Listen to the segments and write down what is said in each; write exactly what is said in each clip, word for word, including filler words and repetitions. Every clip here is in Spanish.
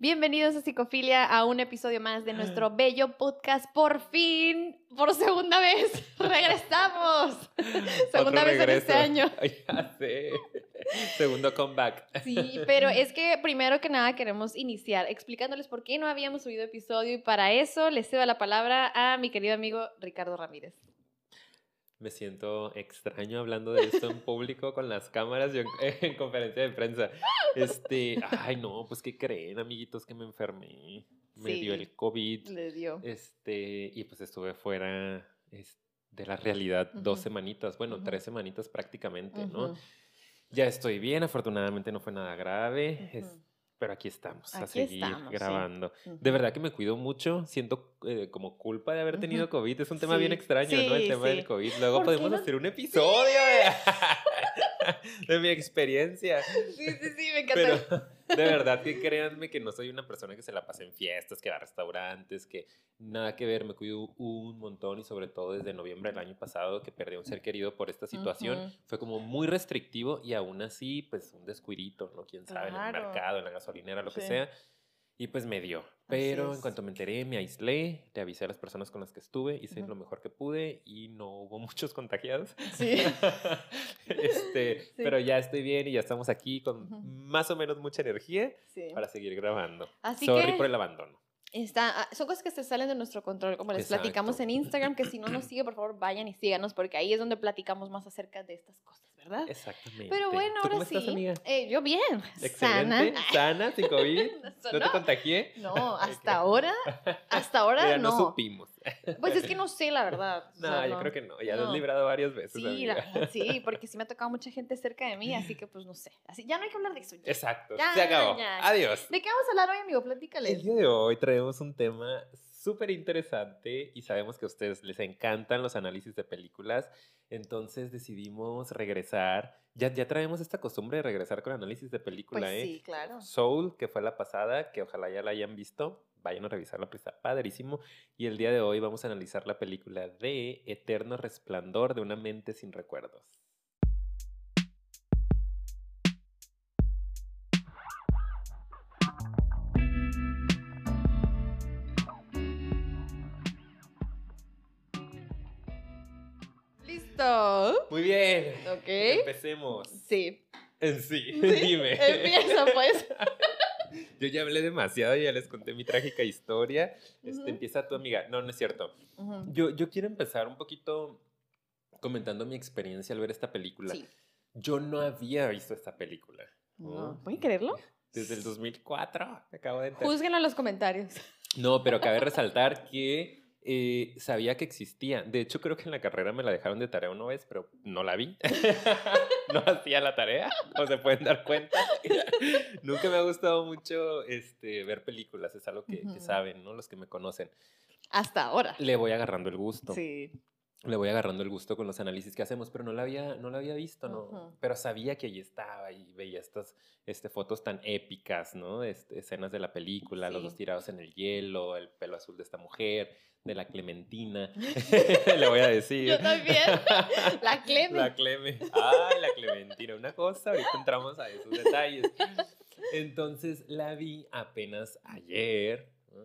Bienvenidos a Psicofilia, a un episodio más de nuestro bello podcast. Por fin, por segunda vez, regresamos. Segunda vez en este año. Ya sé. Segundo comeback. Sí, pero es que primero que nada queremos iniciar explicándoles por qué no habíamos subido episodio y para eso les cedo la palabra a mi querido amigo Ricardo Ramírez. Me siento extraño hablando de esto en público con las cámaras y en, en conferencia de prensa. Este, ay no, pues ¿qué creen, amiguitos? Que me enfermé. Me Sí, dio el COVID. Le dio. Este, y pues estuve fuera es, de la realidad Ujú. dos semanitas, bueno, Ujú. tres semanitas prácticamente, ¿no? Ujú. Ya estoy bien, afortunadamente no fue nada grave. Ujú. Es, pero aquí estamos, a Aquí seguir estamos, sí. grabando. Ujú. De verdad que me cuido mucho, siento eh, como culpa de haber tenido Ujú. COVID. Es un tema Sí, bien extraño, ¿no? El sí, tema sí. del COVID. Luego ¿Por qué podemos no? hacer un episodio de, de mi experiencia. Sí, sí, sí, me encanta. Pero de verdad que créanme que no soy una persona que se la pasa en fiestas, que va a restaurantes, que nada que ver, me cuido un montón y sobre todo desde noviembre del año pasado que perdí a un ser querido por esta situación, Ujú. fue como muy restrictivo y aún así pues un descuidito, ¿no? Quién sabe, en el Claro. mercado, en la gasolinera, lo que Sí. sea. Y pues me dio. Pero es. en cuanto me enteré, me aislé, le avisé a las personas con las que estuve, hice Ujú. lo mejor que pude y no hubo muchos contagiados. Sí. este, Sí. Pero ya estoy bien y ya estamos aquí con Ujú. más o menos mucha energía Sí. para seguir grabando. Así Sorry que- por el abandono. Está, ah, son cosas que se salen de nuestro control, como les Exacto. platicamos en Instagram, que si no nos sigue, por favor, vayan y síganos, porque ahí es donde platicamos más acerca de estas cosas, ¿verdad? Exactamente. Pero bueno, ¿Tú ahora cómo sí. estás, amiga? Eh, yo bien, Excelente, sana. sana, sin COVID. Eso ¿No te no. contagié? No, hasta ahora, hasta ahora Mira, no no. supimos. Pues es que no sé, la verdad. O No, sea, yo creo que no. Ya lo no. has librado varias veces, Sí, amiga. la verdad, sí, porque sí me ha tocado mucha gente cerca de mí, así que pues no sé. Así, ya no hay que hablar de eso. Ya. Exacto. Ya, Se acabó. ya. Adiós. ¿De qué vamos a hablar hoy, amigo? El Platícales. día de hoy traemos un tema súper interesante y sabemos que a ustedes les encantan los análisis de películas, entonces decidimos regresar. Ya, ya traemos esta costumbre de regresar con análisis de película, Pues ¿eh? sí, claro. Soul, que fue la pasada, que ojalá ya la hayan visto, vayan a revisarla, pues está padrísimo. Y el día de hoy vamos a analizar la película de Eterno Resplandor de una mente sin recuerdos. ¿Listo? Muy bien. Ok. Empecemos. Sí. En sí, ¿Sí? dime. Empieza, pues. Yo ya hablé demasiado, ya les conté mi trágica historia. Este, Ujú. Empieza tu amiga. No, no es cierto. Ujú. Yo, yo quiero empezar un poquito comentando mi experiencia al ver esta película. Sí. Yo no había visto esta película. No, ¿no? ¿pueden creerlo? Desde el dos mil cuatro, me acabo de enterar. Juzguen en los comentarios. No, pero cabe resaltar que eh, sabía que existía. De hecho, creo que en la carrera me la dejaron de tarea una vez, pero no la vi. No hacía la tarea, como se pueden dar cuenta. Nunca me ha gustado mucho este, ver películas, es algo que, Ujú. que saben, ¿no? Los que me conocen. Hasta ahora. Le voy agarrando el gusto. Sí. Le voy agarrando el gusto con los análisis que hacemos, pero no la había, no la había visto, ¿no? Ujú. Pero sabía que allí estaba y veía estas este, fotos tan épicas, ¿no? Este, escenas de la película, Sí. los dos tirados en el hielo, el pelo azul de esta mujer, de la Clementina, le voy a decir. Yo también. La Cleme. La Cleme. Ay, la Clementina, una cosa, ahorita entramos a esos detalles. Entonces la vi apenas ayer, ¿no?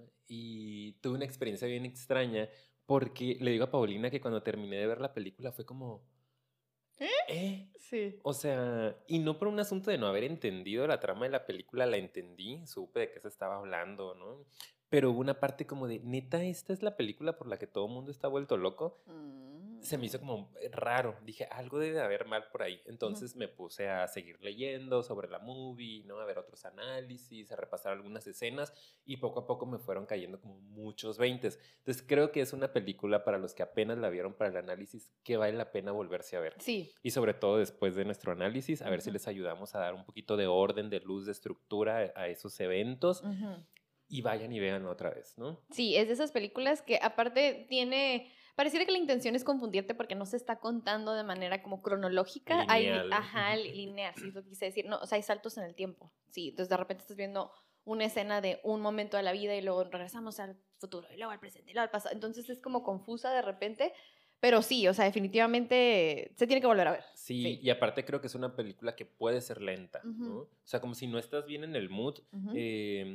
Y tuve una experiencia bien extraña porque le digo a Paulina que cuando terminé de ver la película fue como... ¿Eh? ¿Eh? Sí. O sea, y no por un asunto de no haber entendido la trama de la película, la entendí, supe de qué se estaba hablando, ¿no? Pero hubo una parte como de, neta, esta es la película por la que todo el mundo está vuelto loco. Mm. Se me hizo como raro. Dije, algo debe de haber mal por ahí. Entonces me puse a seguir leyendo sobre la movie, ¿no? A ver otros análisis, a repasar algunas escenas y poco a poco me fueron cayendo como muchos veintes. Entonces creo que es una película para los que apenas la vieron para el análisis que vale la pena volverse a ver. Sí. Y sobre todo después de nuestro análisis, a ver si Ujú. les ayudamos a dar un poquito de orden, de luz, de estructura a esos eventos. Ujú. Y vayan y vean otra vez, ¿no? Sí, es de esas películas que aparte tiene... Pareciera que la intención es confundirte porque no se está contando de manera como cronológica. Lineal. Hay, ajá, lineal, sí es lo que quise decir. No, o sea, hay saltos en el tiempo. Sí, entonces de repente estás viendo una escena de un momento de la vida y luego regresamos al futuro y luego al presente y luego al pasado. Entonces es como confusa de repente. Pero sí, o sea, definitivamente se tiene que volver a ver. Sí, Sí. y aparte creo que es una película que puede ser lenta, Ujú. ¿no? O sea, como si no estás bien en el mood Ujú. eh, y, y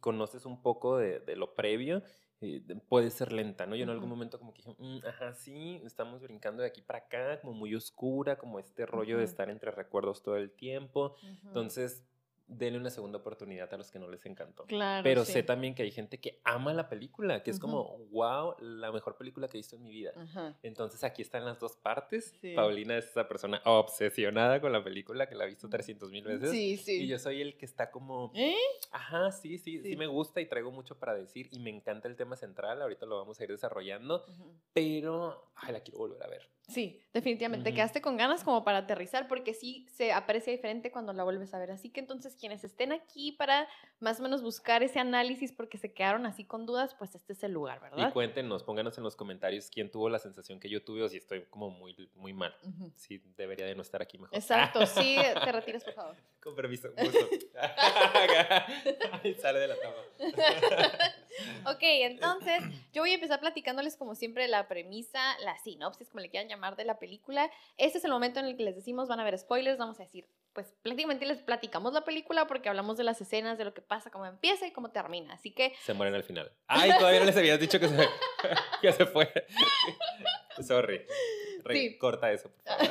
conoces un poco de, de lo previo, eh, puede ser lenta, ¿no? Yo en Ujú. algún momento como que dije, "Mm, ajá, sí, estamos brincando de aquí para acá, como muy oscura, como este rollo de Ujú. estar entre recuerdos todo el tiempo". Ujú. Entonces, denle una segunda oportunidad a los que no les encantó. Claro, Pero sé sí. también que hay gente que ama la película, que es Ujú. como, wow, la mejor película que he visto en mi vida. Ajá. Entonces aquí están las dos partes. Sí. Paulina es esa persona obsesionada con la película que la ha visto trescientos mil veces. Sí, Y sí. yo soy el que está como, ¿Eh? ajá, sí, sí, sí Sí. me gusta y traigo mucho para decir y me encanta el tema central, ahorita lo vamos a ir desarrollando, Ujú. pero, ay, la quiero volver a ver. Sí, definitivamente. Te Ujú. quedaste con ganas como para aterrizar porque sí se aprecia diferente cuando la vuelves a ver. Así que entonces quienes estén aquí para más o menos buscar ese análisis porque se quedaron así con dudas, pues este es el lugar, Y ¿verdad? cuéntenos, pónganos en los comentarios quién tuvo la sensación que yo tuve o si estoy como muy, muy mal. Ujú. Sí, debería de no estar aquí mejor. Exacto, sí, te retiras, por favor. Con permiso, gusto. Ay, sale de la toma. Ok, entonces yo voy a empezar platicándoles como siempre la premisa, la sinopsis, como le quieran llamar, de la película. Este es el momento en el que les decimos, van a haber spoilers, vamos a decir, pues prácticamente les platicamos la película porque hablamos de las escenas, de lo que pasa, cómo empieza y cómo termina. Así que... Se mueren al final. Ay, todavía no les habías dicho que se, que se fue. Sorry. Re, Sí. Corta eso, por favor.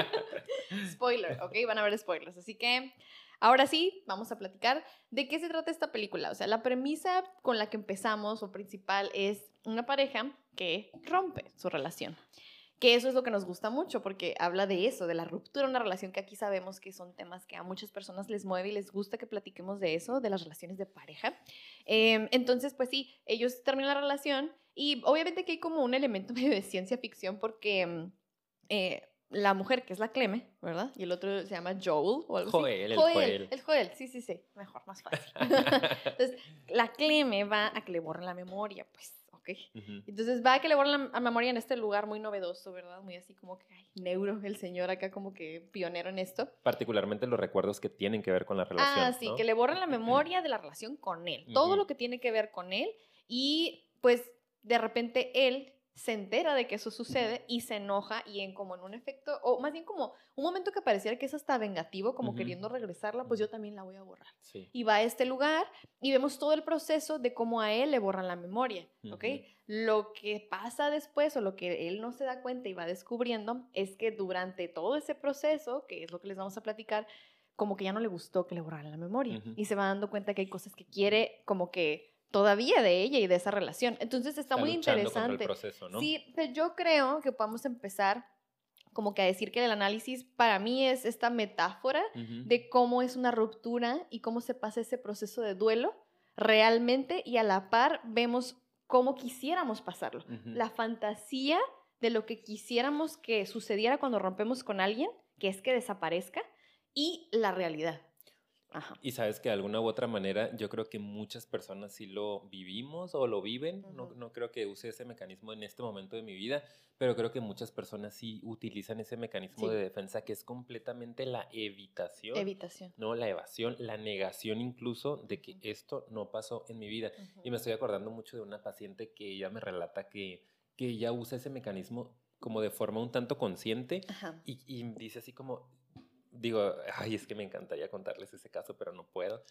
Spoiler, ok, van a haber spoilers. Así que ahora sí, vamos a platicar de qué se trata esta película. O sea, la premisa con la que empezamos o principal es una pareja que rompe su relación. Que eso es lo que nos gusta mucho porque habla de eso, de la ruptura de una relación, que aquí sabemos que son temas que a muchas personas les mueve y les gusta que platiquemos de eso, de las relaciones de pareja. Eh, entonces, pues sí, ellos terminan la relación y obviamente que hay como un elemento medio de ciencia ficción porque eh, la mujer, que es la Cleme, ¿verdad? Y el otro se llama Joel o algo Joel, así. el Joel, Joel. el Joel, sí, sí, sí, mejor, más fácil. Entonces, la Cleme va a que le borren la memoria, pues. Okay. Uh-huh. Entonces va a que le borren la, la memoria en este lugar muy novedoso, ¿verdad? Muy así como que, ay, neuro, el señor acá como que pionero en esto. Particularmente los recuerdos que tienen que ver con la relación. Ah, sí, ¿no? que le borren la memoria de la relación con él. Uh-huh. Todo lo que tiene que ver con él. Y pues de repente él se entera de que eso sucede y se enoja y en como en un efecto, o más bien como un momento que pareciera que es hasta vengativo, como Uh-huh. queriendo regresarla, pues yo también la voy a borrar. Sí. Y va a este lugar y vemos todo el proceso de cómo a él le borran la memoria, ¿ok? Uh-huh. Lo que pasa después o lo que él no se da cuenta y va descubriendo es que durante todo ese proceso, que es lo que les vamos a platicar, como que ya no le gustó que le borraran la memoria. Uh-huh. Y se va dando cuenta que hay cosas que quiere como que todavía de ella y de esa relación. Entonces está, está muy interesante. Contra el proceso, ¿no? Sí, pero yo creo que podemos empezar como que a decir que el análisis para mí es esta metáfora uh-huh. de cómo es una ruptura y cómo se pasa ese proceso de duelo realmente y a la par vemos cómo quisiéramos pasarlo. Uh-huh. La fantasía de lo que quisiéramos que sucediera cuando rompemos con alguien, que es que desaparezca, y la realidad. Ajá. Y sabes que de alguna u otra manera yo creo que muchas personas sí lo vivimos o lo viven, uh-huh. no, no creo que use ese mecanismo en este momento de mi vida, pero creo que muchas personas sí utilizan ese mecanismo sí. de defensa que es completamente la evitación, evitación, no la evasión, la negación incluso de que uh-huh. esto no pasó en mi vida. Uh-huh. Y me estoy acordando mucho de una paciente que ella me relata que, que ella usa ese mecanismo como de forma un tanto consciente uh-huh. y, y dice así como... Digo, ay, es que me encantaría contarles ese caso, pero no puedo.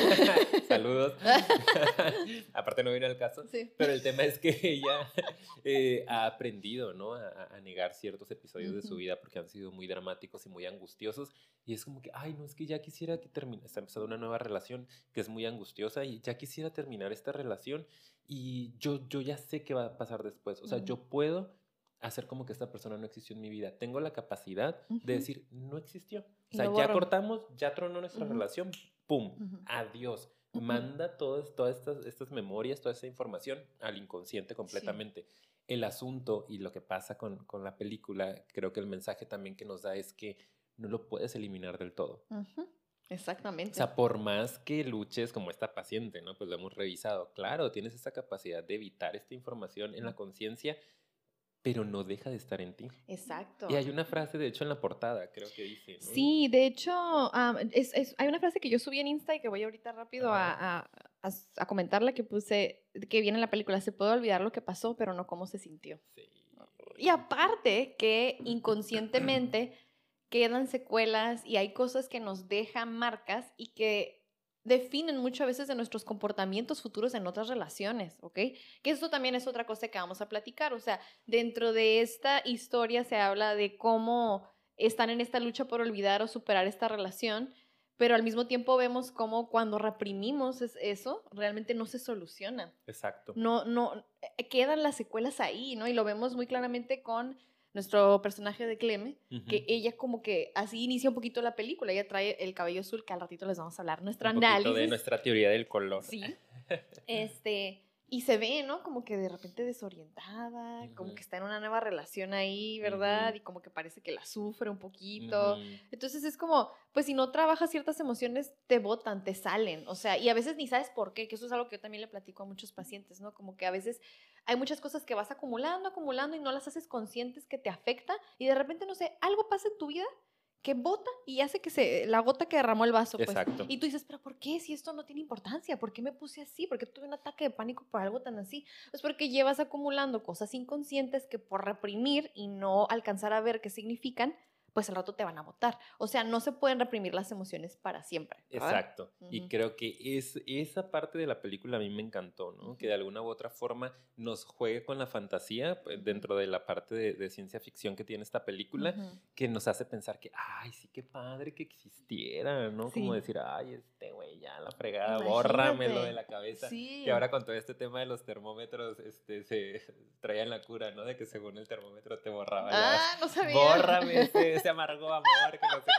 Saludos. Aparte no viene al caso. Sí. Pero el tema es que ella eh, ha aprendido, ¿no? A, a negar ciertos episodios uh-huh. de su vida porque han sido muy dramáticos y muy angustiosos. Y es como que, ay, no, es que ya quisiera que termine. Está empezando una nueva relación que es muy angustiosa y ya quisiera terminar esta relación y yo, yo ya sé qué va a pasar después. O sea, uh-huh. yo puedo... hacer como que esta persona no existió en mi vida. Tengo la capacidad uh-huh. de decir, no existió. O sea, ya cortamos, ya tronó nuestra uh-huh. relación, ¡pum! Uh-huh. Adiós. Uh-huh. Manda todas, todas estas, estas memorias, toda esta información al inconsciente completamente. Sí. El asunto y lo que pasa con, con la película, creo que el mensaje también que nos da es que no lo puedes eliminar del todo. Uh-huh. Exactamente. O sea, por más que luches como esta paciente, ¿no? Pues lo hemos revisado. Claro, tienes esa capacidad de evitar esta información en la conciencia, pero no deja de estar en ti. Exacto. Y hay una frase, de hecho, en la portada, creo que dice, ¿no? Sí, de hecho, um, es, es, hay una frase que yo subí en Insta y que voy ahorita rápido a, a, a, a comentarla, que puse, que viene en la película, se puede olvidar lo que pasó, pero no cómo se sintió. Sí. Y aparte que inconscientemente quedan secuelas y hay cosas que nos dejan marcas y que definen muchas veces de nuestros comportamientos futuros en otras relaciones, ¿ok? Que esto también es otra cosa que vamos a platicar. O sea, dentro de esta historia se habla de cómo están en esta lucha por olvidar o superar esta relación, pero al mismo tiempo vemos cómo cuando reprimimos es eso, realmente no se soluciona. Exacto. No, no, eh, quedan las secuelas ahí, ¿no? Y lo vemos muy claramente con nuestro personaje de Cleme, uh-huh. que ella como que así inicia un poquito la película. Ella trae el cabello azul, que al ratito les vamos a hablar. Nuestro un análisis. poquito de nuestra teoría del color. Sí. Este, y se ve, ¿no? Como que de repente desorientada, uh-huh. como que está en una nueva relación ahí, ¿verdad? Uh-huh. Y como que parece que la sufre un poquito. Uh-huh. Entonces es como, pues si no trabajas ciertas emociones, te botan, te salen. O sea, y a veces ni sabes por qué, que eso es algo que yo también le platico a muchos pacientes, ¿no? Como que a veces hay muchas cosas que vas acumulando, acumulando y no las haces conscientes que te afecta y de repente, no sé, algo pasa en tu vida que bota y hace que se, la gota que derramó el vaso, pues. Exacto. Y tú dices, ¿pero por qué? Si esto no tiene importancia, ¿por qué me puse así? ¿Por qué tuve un ataque de pánico por algo tan así? Pues porque llevas acumulando cosas inconscientes que por reprimir y no alcanzar a ver qué significan, pues al rato te van a botar. O sea, no se pueden reprimir las emociones para siempre, ¿verdad? Exacto. Uh-huh. Y creo que es, esa parte de la película a mí me encantó, ¿no? Uh-huh. Que de alguna u otra forma nos juegue con la fantasía pues, uh-huh. dentro de la parte de, de ciencia ficción que tiene esta película, uh-huh. que nos hace pensar que, ay, sí, qué padre que existiera, ¿no? Sí. Como decir, ay, este güey, ya la fregada, imagínate. Bórramelo de la cabeza. Sí. Que ahora con todo este tema de los termómetros, este, se traían la cura, ¿no? De que según el termómetro te borraba. Ah, no sabía. Bórrame ese, ese amargo amor, que no sé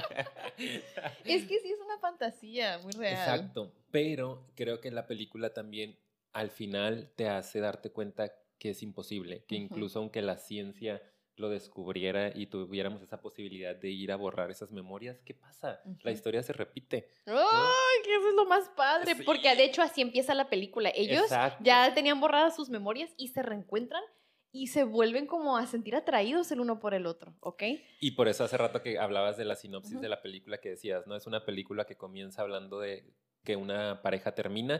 qué. Es que sí es una fantasía muy real. Exacto, pero creo que la película también al final te hace darte cuenta que es imposible, que uh-huh. incluso aunque la ciencia lo descubriera y tuviéramos esa posibilidad de ir a borrar esas memorias, ¿qué pasa? Uh-huh. La historia se repite. ¡Ay, ¿no? Que eso es lo más padre! Sí. Porque de hecho así empieza la película. Ellos Exacto. ya tenían borradas sus memorias y se reencuentran y se vuelven como a sentir atraídos el uno por el otro, ¿ok? Y por eso hace rato que hablabas de la sinopsis uh-huh. de la película que decías, ¿no? Es una película que comienza hablando de que una pareja termina.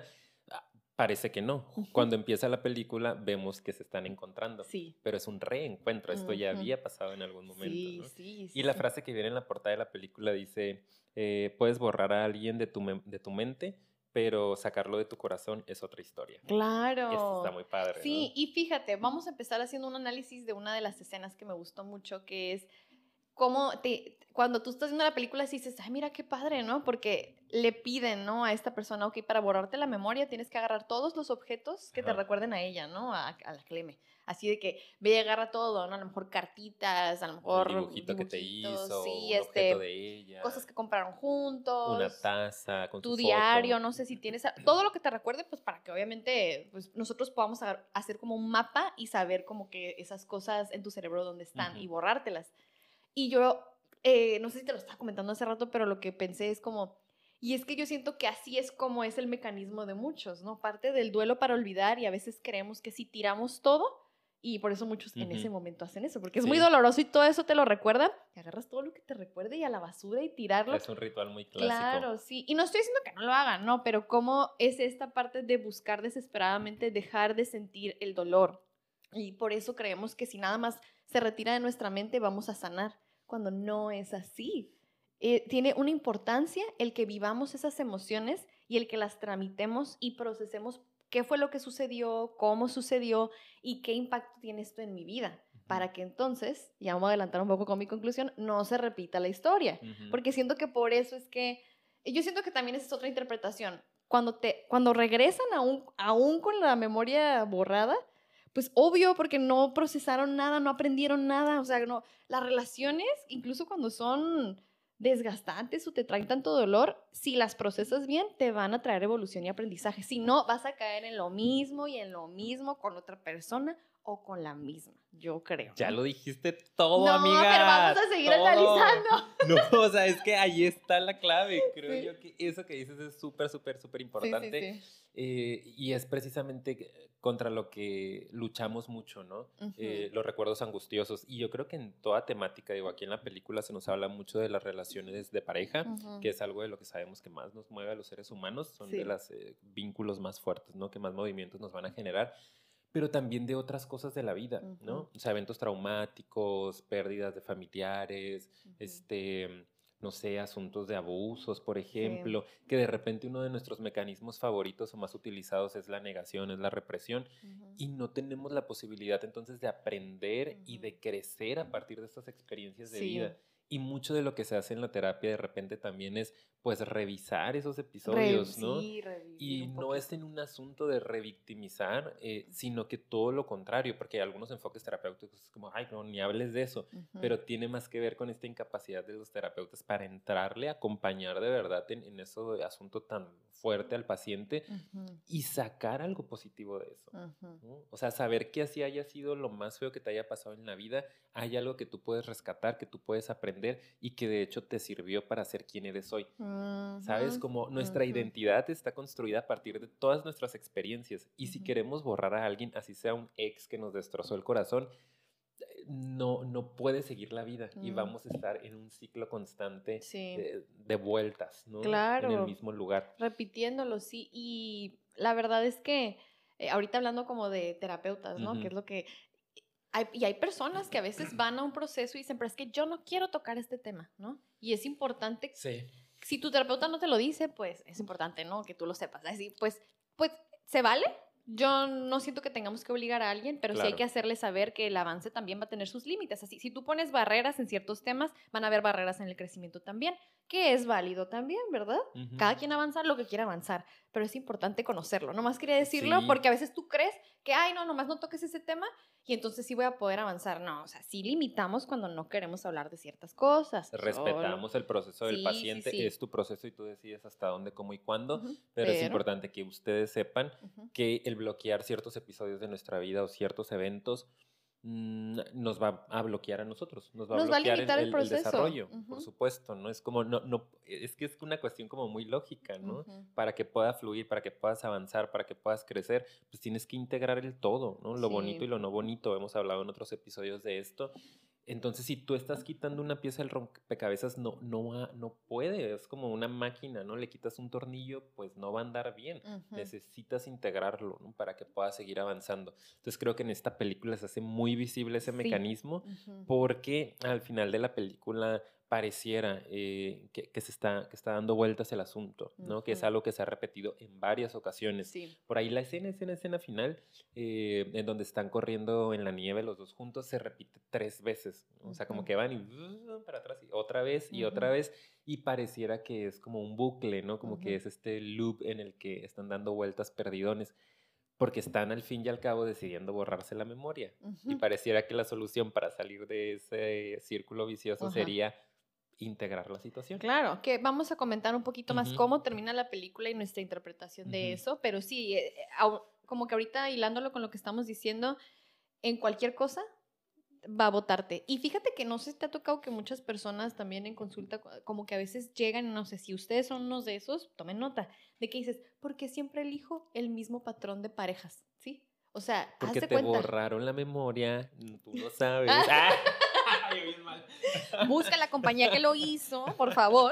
Parece que no. Uh-huh. Cuando empieza la película vemos que se están encontrando. Sí. Pero es un reencuentro. Esto uh-huh. ya había pasado en algún momento, sí, ¿no? Sí, sí, y la sí. frase que viene en la portada de la película dice, eh, puedes borrar a alguien de tu, mem- de tu mente, pero sacarlo de tu corazón es otra historia. Claro. Y esto está muy padre, Sí, ¿no? y fíjate, vamos a empezar haciendo un análisis de una de las escenas que me gustó mucho, que es cómo te, cuando tú estás viendo la película dices, ay, mira qué padre, ¿no? Porque le piden, ¿no? A esta persona, ok, para borrarte la memoria tienes que agarrar todos los objetos que Ajá. te recuerden a ella, ¿no? A, a la Cleme. Así de que ve y agarra todo, ¿no? A lo mejor cartitas, a lo mejor el dibujito que te hizo, sí, un este, objeto de ella, cosas que compraron juntos, una taza con tu su diario, foto. no sé si tienes, todo lo que te recuerde, pues para que obviamente pues, nosotros podamos hacer como un mapa y saber como que esas cosas en tu cerebro dónde están uh-huh. y borrártelas. Y yo, eh, no sé si te lo estaba comentando hace rato, pero lo que pensé es como, y es que yo siento que así es como es el mecanismo de muchos, ¿no? Parte del duelo para olvidar y a veces creemos que si tiramos todo, y por eso muchos uh-huh. en ese momento hacen eso, porque es sí. muy doloroso y todo eso te lo recuerda, te agarras todo lo que te recuerde y a la basura y tirarlo. Es un ritual muy clásico. Claro, sí. Y no estoy diciendo que no lo hagan, ¿no? Pero cómo es esta parte de buscar desesperadamente dejar de sentir el dolor. Y por eso creemos que si nada más se retira de nuestra mente vamos a sanar, cuando no es así. Eh, tiene una importancia el que vivamos esas emociones y el que las tramitemos y procesemos qué fue lo que sucedió, cómo sucedió y qué impacto tiene esto en mi vida, uh-huh. para que entonces, ya vamos a adelantar un poco con mi conclusión, no se repita la historia, uh-huh. porque siento que por eso es que, yo siento que también esa es otra interpretación, cuando, te, cuando regresan aún, aún con la memoria borrada, pues obvio, porque no procesaron nada, no aprendieron nada, o sea, no, las relaciones, incluso cuando son desgastantes o te traen tanto dolor, si las procesas bien, te van a traer evolución y aprendizaje. Si no, vas a caer en lo mismo y en lo mismo con otra persona o con la misma, yo creo. Ya ¿no? lo dijiste todo, no, amiga. No, pero vamos a seguir todo. analizando. No, o sea, es que ahí está la clave. Creo sí. yo que eso que dices es súper, súper, súper importante. Sí, sí, sí. Eh, y es precisamente contra lo que luchamos mucho, ¿no? Uh-huh. Eh, los recuerdos angustiosos. Y yo creo que en toda temática, digo, aquí en la película se nos habla mucho de las relaciones de pareja, uh-huh. que es algo de lo que sabemos que más nos mueve a los seres humanos, son sí. de los eh, vínculos más fuertes, ¿no? Que más movimientos nos van a generar, pero también de otras cosas de la vida, uh-huh. ¿no? O sea, eventos traumáticos, pérdidas de familiares, uh-huh. este... no sé, asuntos de abusos, por Sí. ejemplo, que de repente uno de nuestros mecanismos favoritos o más utilizados es la negación, es la represión, Ujú, y no tenemos la posibilidad entonces de aprender y ujú. de crecer a partir de estas experiencias de Sí. vida. Y mucho de lo que se hace en la terapia de repente también es pues revisar esos Re- episodios, ¿no? sí, revivir Y un no es poquito. en un asunto de revictimizar, eh, sino que todo lo contrario, porque hay algunos enfoques terapéuticos es como, ay, no, ni hables de eso, Ujú, pero tiene más que ver con esta incapacidad de los terapeutas para entrarle, acompañar de verdad en, en ese asunto tan fuerte al paciente ujú, y sacar algo positivo de eso. ujú. ¿No? O sea, saber que así haya sido lo más feo que te haya pasado en la vida, hay algo que tú puedes rescatar, que tú puedes aprender y que de hecho te sirvió para ser quien eres hoy. ¿Sabes? Ujú, Como nuestra ujú. identidad está construida a partir de todas nuestras experiencias. Y si Ujú. queremos borrar a alguien, así sea un ex que nos destrozó el corazón, eh, no, no puede seguir la vida y Mm, vamos a estar en un ciclo constante sí, de, de vueltas, ¿no? En el claro, mismo lugar. repitiéndolo, sí. Y la verdad es que eh, ahorita hablando como de terapeutas, ¿no? Que Ujú. es lo que... Hay, y hay personas que a veces van a un proceso y dicen, pero es que yo no quiero tocar este tema, ¿no? Y es importante, Sí. si tu terapeuta no te lo dice, pues es importante, ¿no? Que tú lo sepas. Así, pues, pues, ¿se vale? Yo no siento que tengamos que obligar a alguien, pero sí hay Claro. que hacerle saber que el avance también va a tener sus límites. Así, si tú pones barreras en ciertos temas, van a haber barreras en el crecimiento también, que es válido también, ¿verdad? Ujú. Cada quien avanza lo que quiera avanzar, pero es importante conocerlo. Nomás quería decirlo Sí. porque a veces tú crees que, ay, no, nomás no toques ese tema y entonces sí voy a poder avanzar. No, o sea, sí limitamos cuando no queremos hablar de ciertas cosas. Solo. Respetamos el proceso del Sí, sí, paciente, sí. es tu proceso y tú decides hasta dónde, cómo y cuándo, Ujú, pero es pero. importante que ustedes sepan Ujú. que el bloquear ciertos episodios de nuestra vida o ciertos eventos mm, nos va a bloquear a nosotros, nos va a Nos va a bloquear el, limitar el el- el proceso. desarrollo, por Ujú, supuesto, ¿no? Es como, no, no, es que es una cuestión como muy lógica, ¿no? ujú. Para que pueda fluir, para que puedas avanzar, para que puedas crecer, pues tienes que integrar el todo, ¿no? Lo bonito y Sí. lo no bonito, hemos hablado en otros episodios de esto. Entonces, si tú estás quitando una pieza del rompecabezas, no, no, va- no puede, es como una máquina, ¿no? Le quitas un tornillo, pues no va a andar bien. Ujú, Necesitas integrarlo, ¿no? Para que pueda seguir avanzando. Entonces, creo que en esta película se hace muy visible ese sí. mecanismo Ujú, porque al final de la película pareciera eh, que, que se está, que está dando vueltas el asunto, ¿no? Que es ujú. algo que se ha repetido en varias ocasiones. Sí. Por ahí la escena, escena, escena final eh, en donde están corriendo en la nieve los dos juntos, se repite tres veces, ¿no? O sea, como Ujú, que van y uh, para atrás y otra vez y otra ujú, vez, y pareciera que es como un bucle, ¿no? Como que ujú, es este loop en el que están dando vueltas perdidones, porque están al fin y al cabo decidiendo borrarse la memoria. Y ujú. pareciera que la solución para salir de ese círculo vicioso Ajá. sería integrar la situación. Claro, que vamos a comentar un poquito más Ujú, cómo termina la película y nuestra interpretación de ujú. eso, pero sí, eh, eh, au- como que ahorita hilándolo con lo que estamos diciendo, en cualquier cosa va a votarte. Y fíjate que no sé si te ha tocado que muchas personas también en consulta, co- como que a veces llegan, no sé si ustedes son unos de esos, tomen nota, de que dices, porque siempre elijo el mismo patrón de parejas, ¿sí? O sea, haz Porque de te cuenta. borraron la memoria, mm, tú no sabes. ¡Ah! Yo bien mal. Busca la compañía que lo hizo, por favor.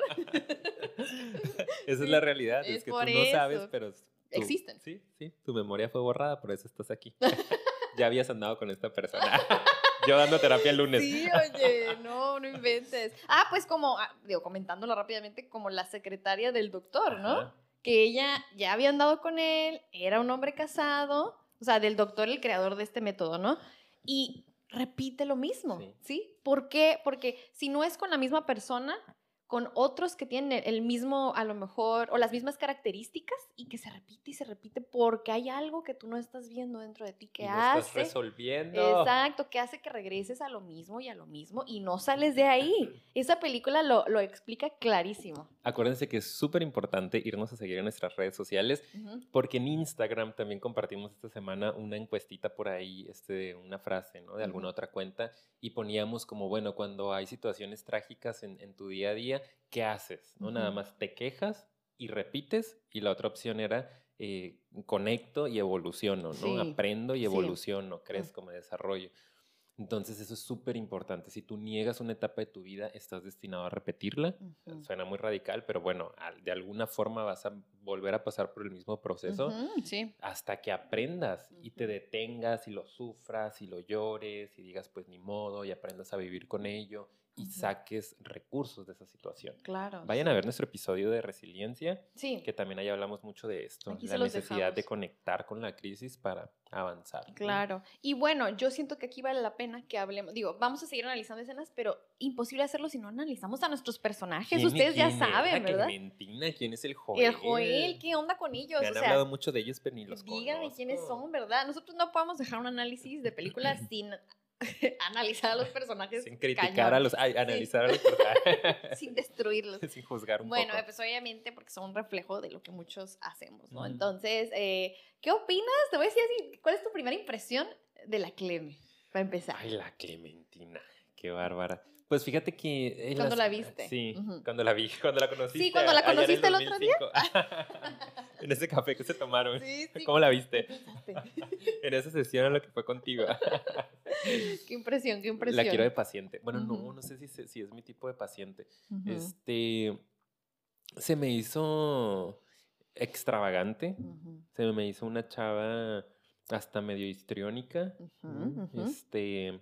Esa es Sí, la realidad, es es que tú por no sabes, eso. pero tú, Existen. sí, sí, tu memoria fue borrada, por eso estás aquí. Ya habías andado con esta persona. Yo dando terapia el lunes. Sí, oye, no, no inventes. Ah, pues como, ah, digo, comentándolo rápidamente, como la secretaria del doctor, ¿no? Ajá. Que ella ya había andado con él, era un hombre casado, o sea, del doctor, el creador de este método, ¿no? Y repite lo mismo, Sí. ¿sí? ¿Por qué? Porque si no es con la misma persona, con otros que tienen el mismo, a lo mejor, o las mismas características, y que se repite y se repite porque hay algo que tú no estás viendo dentro de ti que Y no estás hace. resolviendo. Exacto, que hace que regreses a lo mismo y a lo mismo y no sales de ahí. Esa película lo, lo explica clarísimo. Acuérdense que es súper importante irnos a seguir en nuestras redes sociales, Ujú, porque en Instagram también compartimos esta semana una encuestita por ahí, este, una frase, ¿no? De alguna ujú, otra cuenta, y poníamos como, bueno, cuando hay situaciones trágicas en, en tu día a día, ¿qué haces? ¿No? Nada ujú. más te quejas y repites, y la otra opción era eh, conecto y evoluciono, ¿no? Sí, Aprendo y sí. evoluciono, Mm, crezco, me desarrollo. Entonces eso es súper importante. Si tú niegas una etapa de tu vida, estás destinado a repetirla. ujú, Suena muy radical, pero bueno, al- de alguna forma vas a volver a pasar por el mismo proceso ujú, sí. hasta que aprendas y te Ujú, detengas y lo sufras y lo llores y digas pues ni modo y aprendas a vivir con ello y Ujú. saques recursos de esa situación. Claro. Vayan sí. a ver nuestro episodio de resiliencia, Sí, que también ahí hablamos mucho de esto, aquí la se los necesidad de dejamos. conectar con la crisis para avanzar, ¿no? Claro. Y bueno, yo siento que aquí vale la pena que hablemos. Digo, vamos a seguir analizando escenas, pero imposible hacerlo si no analizamos a nuestros personajes. ¿Quién, Ustedes ya quién es saben, la ¿verdad? Clementina? ¿Quién es el El Joel? Joel, ¿qué onda con ellos? Me O han sea, hablado mucho de ellos, pero ni los díganme quiénes conozco. son, ¿verdad? Nosotros no podemos dejar un análisis de películas sin analizar a los personajes. Sin criticar a cañón. los... Ay, Sí. analizar a los personajes. Sin destruirlos. Sin juzgar un Bueno, poco. pues obviamente porque son un reflejo de lo que muchos hacemos, ¿no? Ujú. Entonces, eh, ¿qué opinas? Te voy a decir así, ¿cuál es tu primera impresión de la Cleme? Para empezar. Ay, la Clementina. Qué bárbara. Pues fíjate que... en Cuando las- la viste. Sí, Ujú. cuando la vi, cuando la conociste. Sí, cuando la allá en conociste el otro dos mil cinco. En ese café que se tomaron. Sí, sí. ¿Cómo la viste? ¿Qué pensaste? En esa sesión en lo que fue contigo. Qué impresión, qué impresión. La quiero de paciente. Bueno, no, Ujú. no sé si, se- si es mi tipo de paciente. Ujú. Este, se me hizo extravagante. Ujú. Se me hizo una chava hasta medio histriónica. Ujú, ¿no? ujú. Este,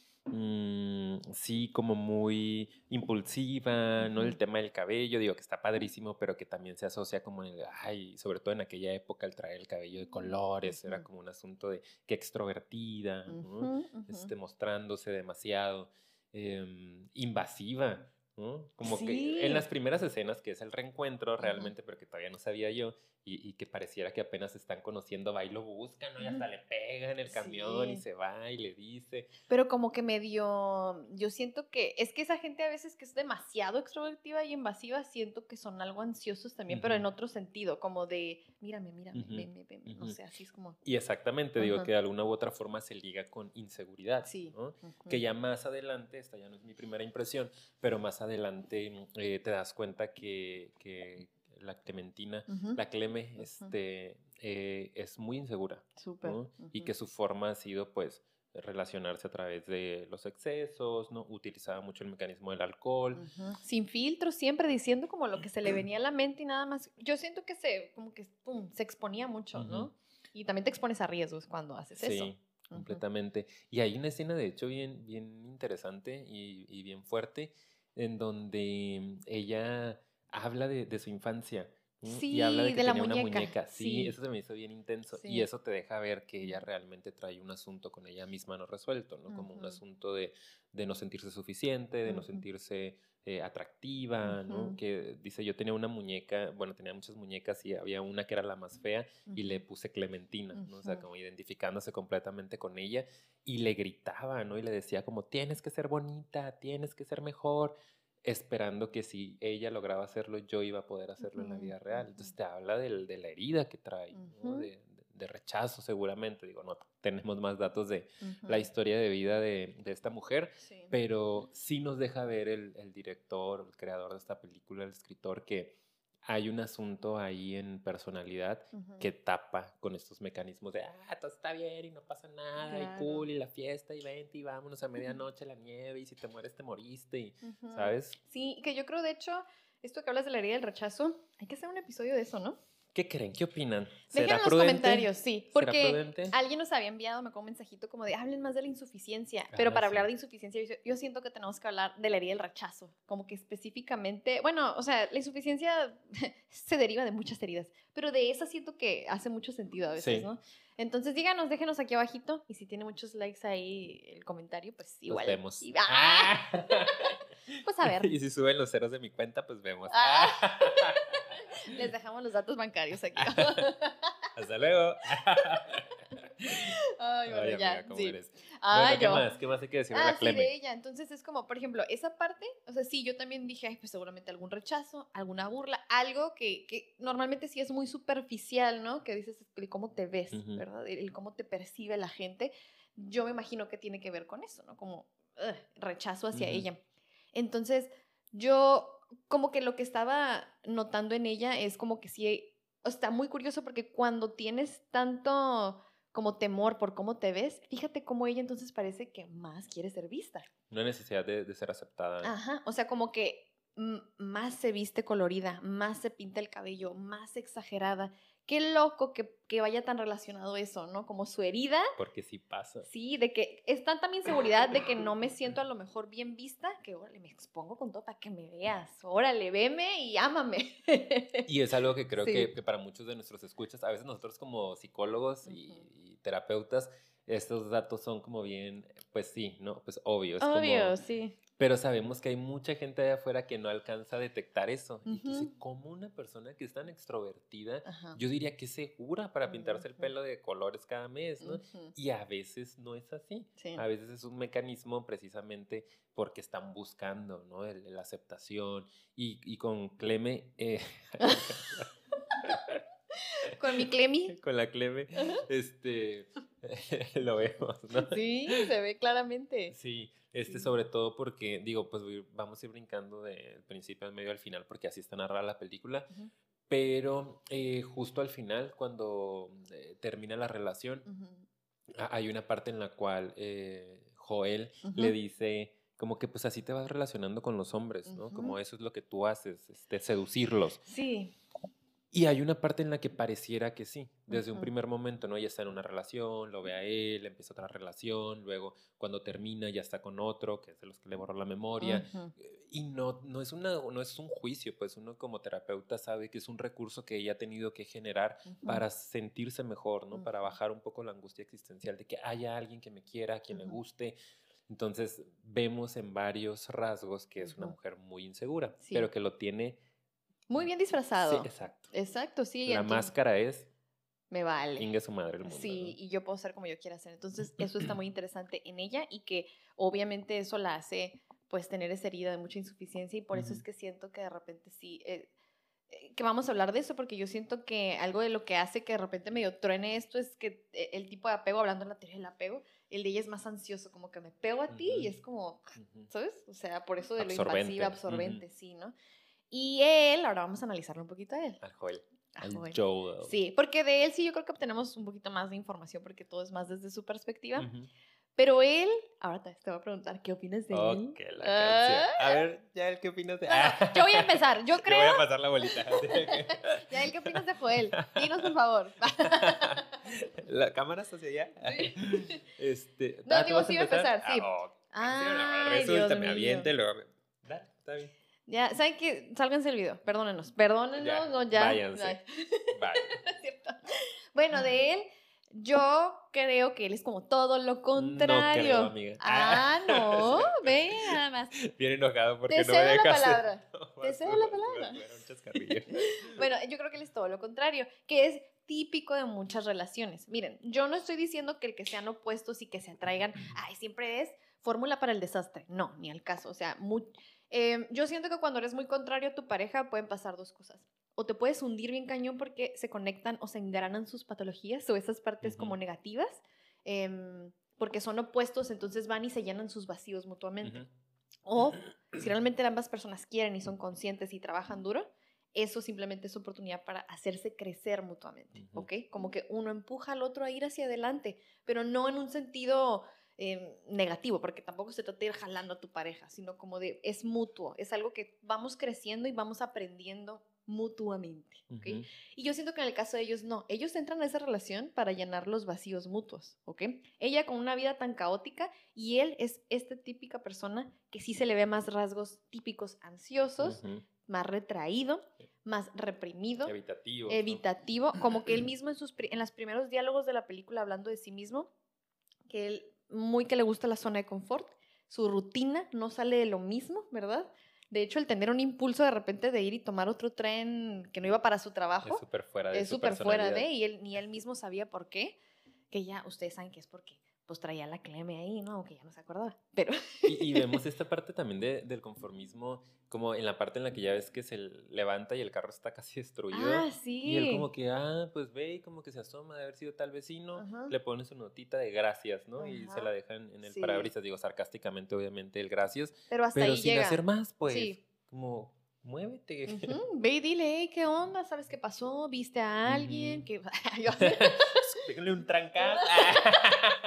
mm, sí, como muy impulsiva, ¿no? El Ujú. tema del cabello, digo que está padrísimo, pero que también se asocia como en el, ay, sobre todo en aquella época el traer el cabello de colores, era Ujú. como un asunto de que extrovertida, ¿no? Ujú, ujú. Este, mostrándose demasiado em, invasiva, ¿no? Como que Sí. en las primeras escenas, que es el reencuentro Ujú. realmente, pero que todavía no sabía yo, y, y que pareciera que apenas se están conociendo, va y lo buscan, ¿no? Y hasta Ujú. le pega en el camión y Sí. se va y le dice. Pero como que medio, yo siento que, es que esa gente a veces que es demasiado extrovertida y invasiva, siento que son algo ansiosos también, pero en Ujú. otro sentido, como de, mírame, mírame, Ujú, venme, venme, no ujú. sé, así es como, Y exactamente, digo Ajá. que de alguna u otra forma se liga con inseguridad, sí. ¿no? Ujú. Que ya más adelante, esta ya no es mi primera impresión, pero más adelante eh, te das cuenta que, que la Clementina, Ujú. la Cleme, Ujú. este, eh, es muy insegura, Súper. ¿no? Y Ujú. que su forma ha sido, pues, relacionarse a través de los excesos, ¿no? Utilizaba mucho el mecanismo del alcohol. Ujú. Sin filtro, siempre diciendo como lo que se le venía a la mente y nada más. Yo siento que se, como que, pum, se exponía mucho, Ujú. ¿no? Y también te expones a riesgos cuando haces eso. Sí, Ujú. completamente. Y hay una escena, de hecho, bien, bien interesante y, y bien fuerte, en donde ella habla de, de su infancia, ¿no? Y habla de Sí, que de la tenía una muñeca. muñeca. Sí, Sí, eso se me hizo bien intenso. Y sí. eso te deja ver que ella Ujú. realmente trae un asunto con ella misma no resuelto, ¿no? Como un Ujú. asunto de, de no sentirse suficiente, de no Ujú. sentirse eh, atractiva, ¿no? Ujú. Que dice, yo tenía una muñeca, bueno, tenía muchas muñecas y había una que era la más fea y le Ujú. puse Clementina, ¿no? O sea, Ujú. como identificándose completamente con ella y le gritaba, ¿no? Y le decía como, tienes que ser bonita, tienes que ser mejor, esperando que si ella lograba hacerlo, yo iba a poder hacerlo en la Ujú. vida real. Ujú. Entonces te habla del- de la herida que trae, ¿no? Ujú. De, de- de rechazo seguramente, digo, no tenemos más datos de la Ujú. historia de vida de, de esta mujer, Sí. pero sí nos deja ver el, el director, el creador de esta película, el escritor, que hay un asunto ahí en personalidad Ujú. que tapa con estos mecanismos de, ah, todo está bien y no pasa nada, y Claro. cool, y la fiesta, y vente, y vámonos a medianoche a la nieve, y si te mueres, te moriste, y, Ujú. ¿sabes? Sí, que yo creo, de hecho, esto que hablas de la herida del rechazo, hay que hacer un episodio de eso, ¿no? ¿Qué creen? ¿Qué opinan? Dejen ¿Será en los prudente? comentarios, sí, ¿Será porque prudente? alguien nos había enviado, me acuerdo, un mensajito como de hablen más de la insuficiencia, pero Ah, para sí. hablar de insuficiencia yo, yo siento que tenemos que hablar de la herida del rechazo, como que específicamente, bueno, o sea, la insuficiencia se deriva de muchas heridas, pero de esa siento que hace mucho sentido a veces, Sí. ¿no? Entonces díganos, déjenos aquí abajito y si tiene muchos likes ahí el comentario, pues Pues igual. vemos. y- ¡Ah! Ah. Pues a ver. Y si suben los ceros de mi cuenta, pues vemos. Ah. Les dejamos los datos bancarios aquí. Hasta luego. Ay, bueno, Ay, ya, amiga, ¿cómo sí. eres? Ah, Bueno, ¿qué yo. más? ¿Qué más hay que decir de Ah, la sí, de Cleme? ella. Entonces es como, por ejemplo, esa parte, o sea, sí, yo también dije, ay, pues seguramente algún rechazo, alguna burla, algo que, que normalmente sí es muy superficial, ¿no? Que dices el cómo te ves, Ujú. ¿verdad? El, el cómo te percibe la gente. Yo me imagino que tiene que ver con eso, ¿no? Como ugh, rechazo hacia Ujú. ella. Entonces, yo como que lo que estaba notando en ella es como que sí, o sea, está muy curioso porque cuando tienes tanto como temor por cómo te ves, fíjate cómo ella entonces parece que más quiere ser vista. Una necesidad de, de ser aceptada. Ajá, o sea, como que mm, más se viste colorida, más se pinta el cabello, más exagerada, qué loco que, que vaya tan relacionado eso, ¿no? Como su herida. Porque sí pasa. Sí, de que es tanta mi inseguridad de que no me siento a lo mejor bien vista, que órale, me expongo con todo para que me veas. Órale, veme y ámame. Y es algo que creo Sí. que, que para muchos de nuestros escuchas, a veces nosotros como psicólogos y, Ujú. y terapeutas, estos datos son como bien, pues sí, ¿no? Pues obvio. Es Obvio, como, sí. pero sabemos que hay mucha gente allá afuera que no alcanza a detectar eso. Y que dice, Ujú. ¿cómo una persona que es tan extrovertida, Ajá. yo diría que es segura para pintarse el Ujú. pelo de colores cada mes, ¿no? Ujú. Y a veces no es así. Sí. A veces es un mecanismo precisamente porque están buscando, ¿no? El- la aceptación. Y, y con Cleme, eh, Con mi Clemi. con la Cleme, este, lo vemos, ¿no? Sí, se ve claramente. Sí, este Sí. sobre todo porque, digo, pues voy- vamos a ir brincando del principio al medio al final porque así está narrada la película, Ujú. pero eh, justo al final, cuando eh, termina la relación, Ujú. a- hay una parte en la cual eh, Joel Ujú. le dice como que pues así te vas relacionando con los hombres, ¿no? Ujú. Como eso es lo que tú haces, este, seducirlos. Sí. Y hay una parte en la que pareciera que sí, desde un Ujú. primer momento, ¿no? Ella está en una relación, lo ve a él, empieza otra relación, luego cuando termina ya está con otro, que es de los que le borró la memoria. Ujú. eh, Y no, no, es una, no es un juicio, pues uno como terapeuta sabe que es un recurso que ella ha tenido que generar Ujú. para sentirse mejor, ¿no? Para Ujú. bajar un poco la angustia existencial de que haya alguien que me quiera, a quien le Ujú. guste. Entonces vemos en varios rasgos que es una Ujú. mujer muy insegura, Sí. pero que lo tiene... Muy bien Sí, disfrazado. exacto. Exacto, sí. La Entonces, máscara es me vale. ingue su madre el mundo, Sí, ¿no? y yo puedo ser como yo quiera ser. Entonces, eso está muy interesante en ella y que obviamente eso la hace pues tener esa herida de mucha insuficiencia y por eso es Ujú. que siento que de repente sí, eh, eh, que vamos a hablar de eso porque yo siento que algo de lo que hace que de repente medio truene esto es que eh, el tipo de apego, hablando de la teoría del apego, el de ella es más ansioso, como que me pego a ti y es Ujú, como, ujú. ¿sabes? O sea, por eso de lo Absorbente. invasiva, Ujú. absorbente, sí, ¿no? Y él, ahora vamos a analizarlo un poquito a él. Al Joel. Ah, Al Joel. Joel. Sí, porque de él sí yo creo que obtenemos un poquito más de información porque todo es más desde su perspectiva. Ujú. Pero él, ahora te, te voy a preguntar, ¿qué opinas de él? Ok, la Ah, canción. A ver, ya el qué opinas de. no, no, yo voy a empezar. Yo Yo creo. voy a pasar la bolita. Ya, él, ¿qué opinas de Joel? Dinos, por favor. La cámara está hacia allá. Sí. Este, No, ah, ¿tú digo, vas a sí iba a empezar? empezar, sí. Ah, ok. Ay, Resulta, Dios me mío. avienta y luego. me- Dale, está bien. Ya, ¿saben qué? Sálganse el video. Perdónenos. Perdónenos, Ya, no, ya. váyanse. Ay. Bye. Es cierto. Bueno, de él, yo creo que él es como todo lo contrario. creo, amiga. Ah, no. Ve, nada más. Bien enojado porque Te no me cedo la dejas. palabra. No, Te vas cedo tú, la vas tú, palabra. vas tú, era un chascarrillo. Bueno, yo creo que él es todo lo contrario, que es típico de muchas relaciones. Miren, yo no estoy diciendo que el que sean opuestos y que se atraigan, ay, siempre es fórmula para el desastre. No, ni al caso. O sea, muy, eh, yo siento que cuando eres muy contrario a tu pareja pueden pasar dos cosas. O te puedes hundir bien cañón porque se conectan o se engranan sus patologías o esas partes Ujú. como negativas, em, porque son opuestos, entonces van y se llenan sus vacíos mutuamente. Ujú. O si realmente ambas personas quieren y son conscientes y trabajan duro, eso simplemente es oportunidad para hacerse crecer mutuamente, Ujú. ¿ok? Como que uno empuja al otro a ir hacia adelante, pero no en un sentido eh, negativo, porque tampoco se trata de ir jalando a tu pareja, sino como de, es mutuo, es algo que vamos creciendo y vamos aprendiendo mutuamente, ¿ok? Ujú. Y yo siento que en el caso de ellos no, ellos entran a esa relación para llenar los vacíos mutuos, ¿ok? Ella con una vida tan caótica y él es esta típica persona que sí se le ve más rasgos típicos ansiosos, Ujú. más retraído, más reprimido, Evitativo. evitativo, como que él mismo en, sus, pri- en los primeros diálogos de la película hablando de sí mismo, que él muy que le gusta la zona de confort, su rutina no sale de lo mismo, ¿verdad? De hecho, el tener un impulso de repente de ir y tomar otro tren que no iba para su trabajo, Es súper fuera de es su súper fuera personalidad. de, y él, ni él mismo sabía por qué, que ya ustedes saben que es porque pues traía la Cleme ahí, ¿no? Aunque ya no se acordaba, pero... Y, y vemos esta parte también de, del conformismo, como en la parte en la que ya ves que se levanta y el carro está casi destruido. Ah, Y él como sí. que, ah, pues ve y como que se asoma de haber sido tal vecino, Ajá. le pone su notita de gracias, ¿no? Y se Ajá. la dejan en el Sí. parabrisas, digo sarcásticamente obviamente el gracias, Pero hasta pero ahí sin llega. hacer más, pues, Sí. como, muévete. Ujú. Ve y dile, "Hey, ¿qué onda? ¿Sabes qué pasó? ¿Viste a alguien? Ujú. que Yo- Pégale un trancazo.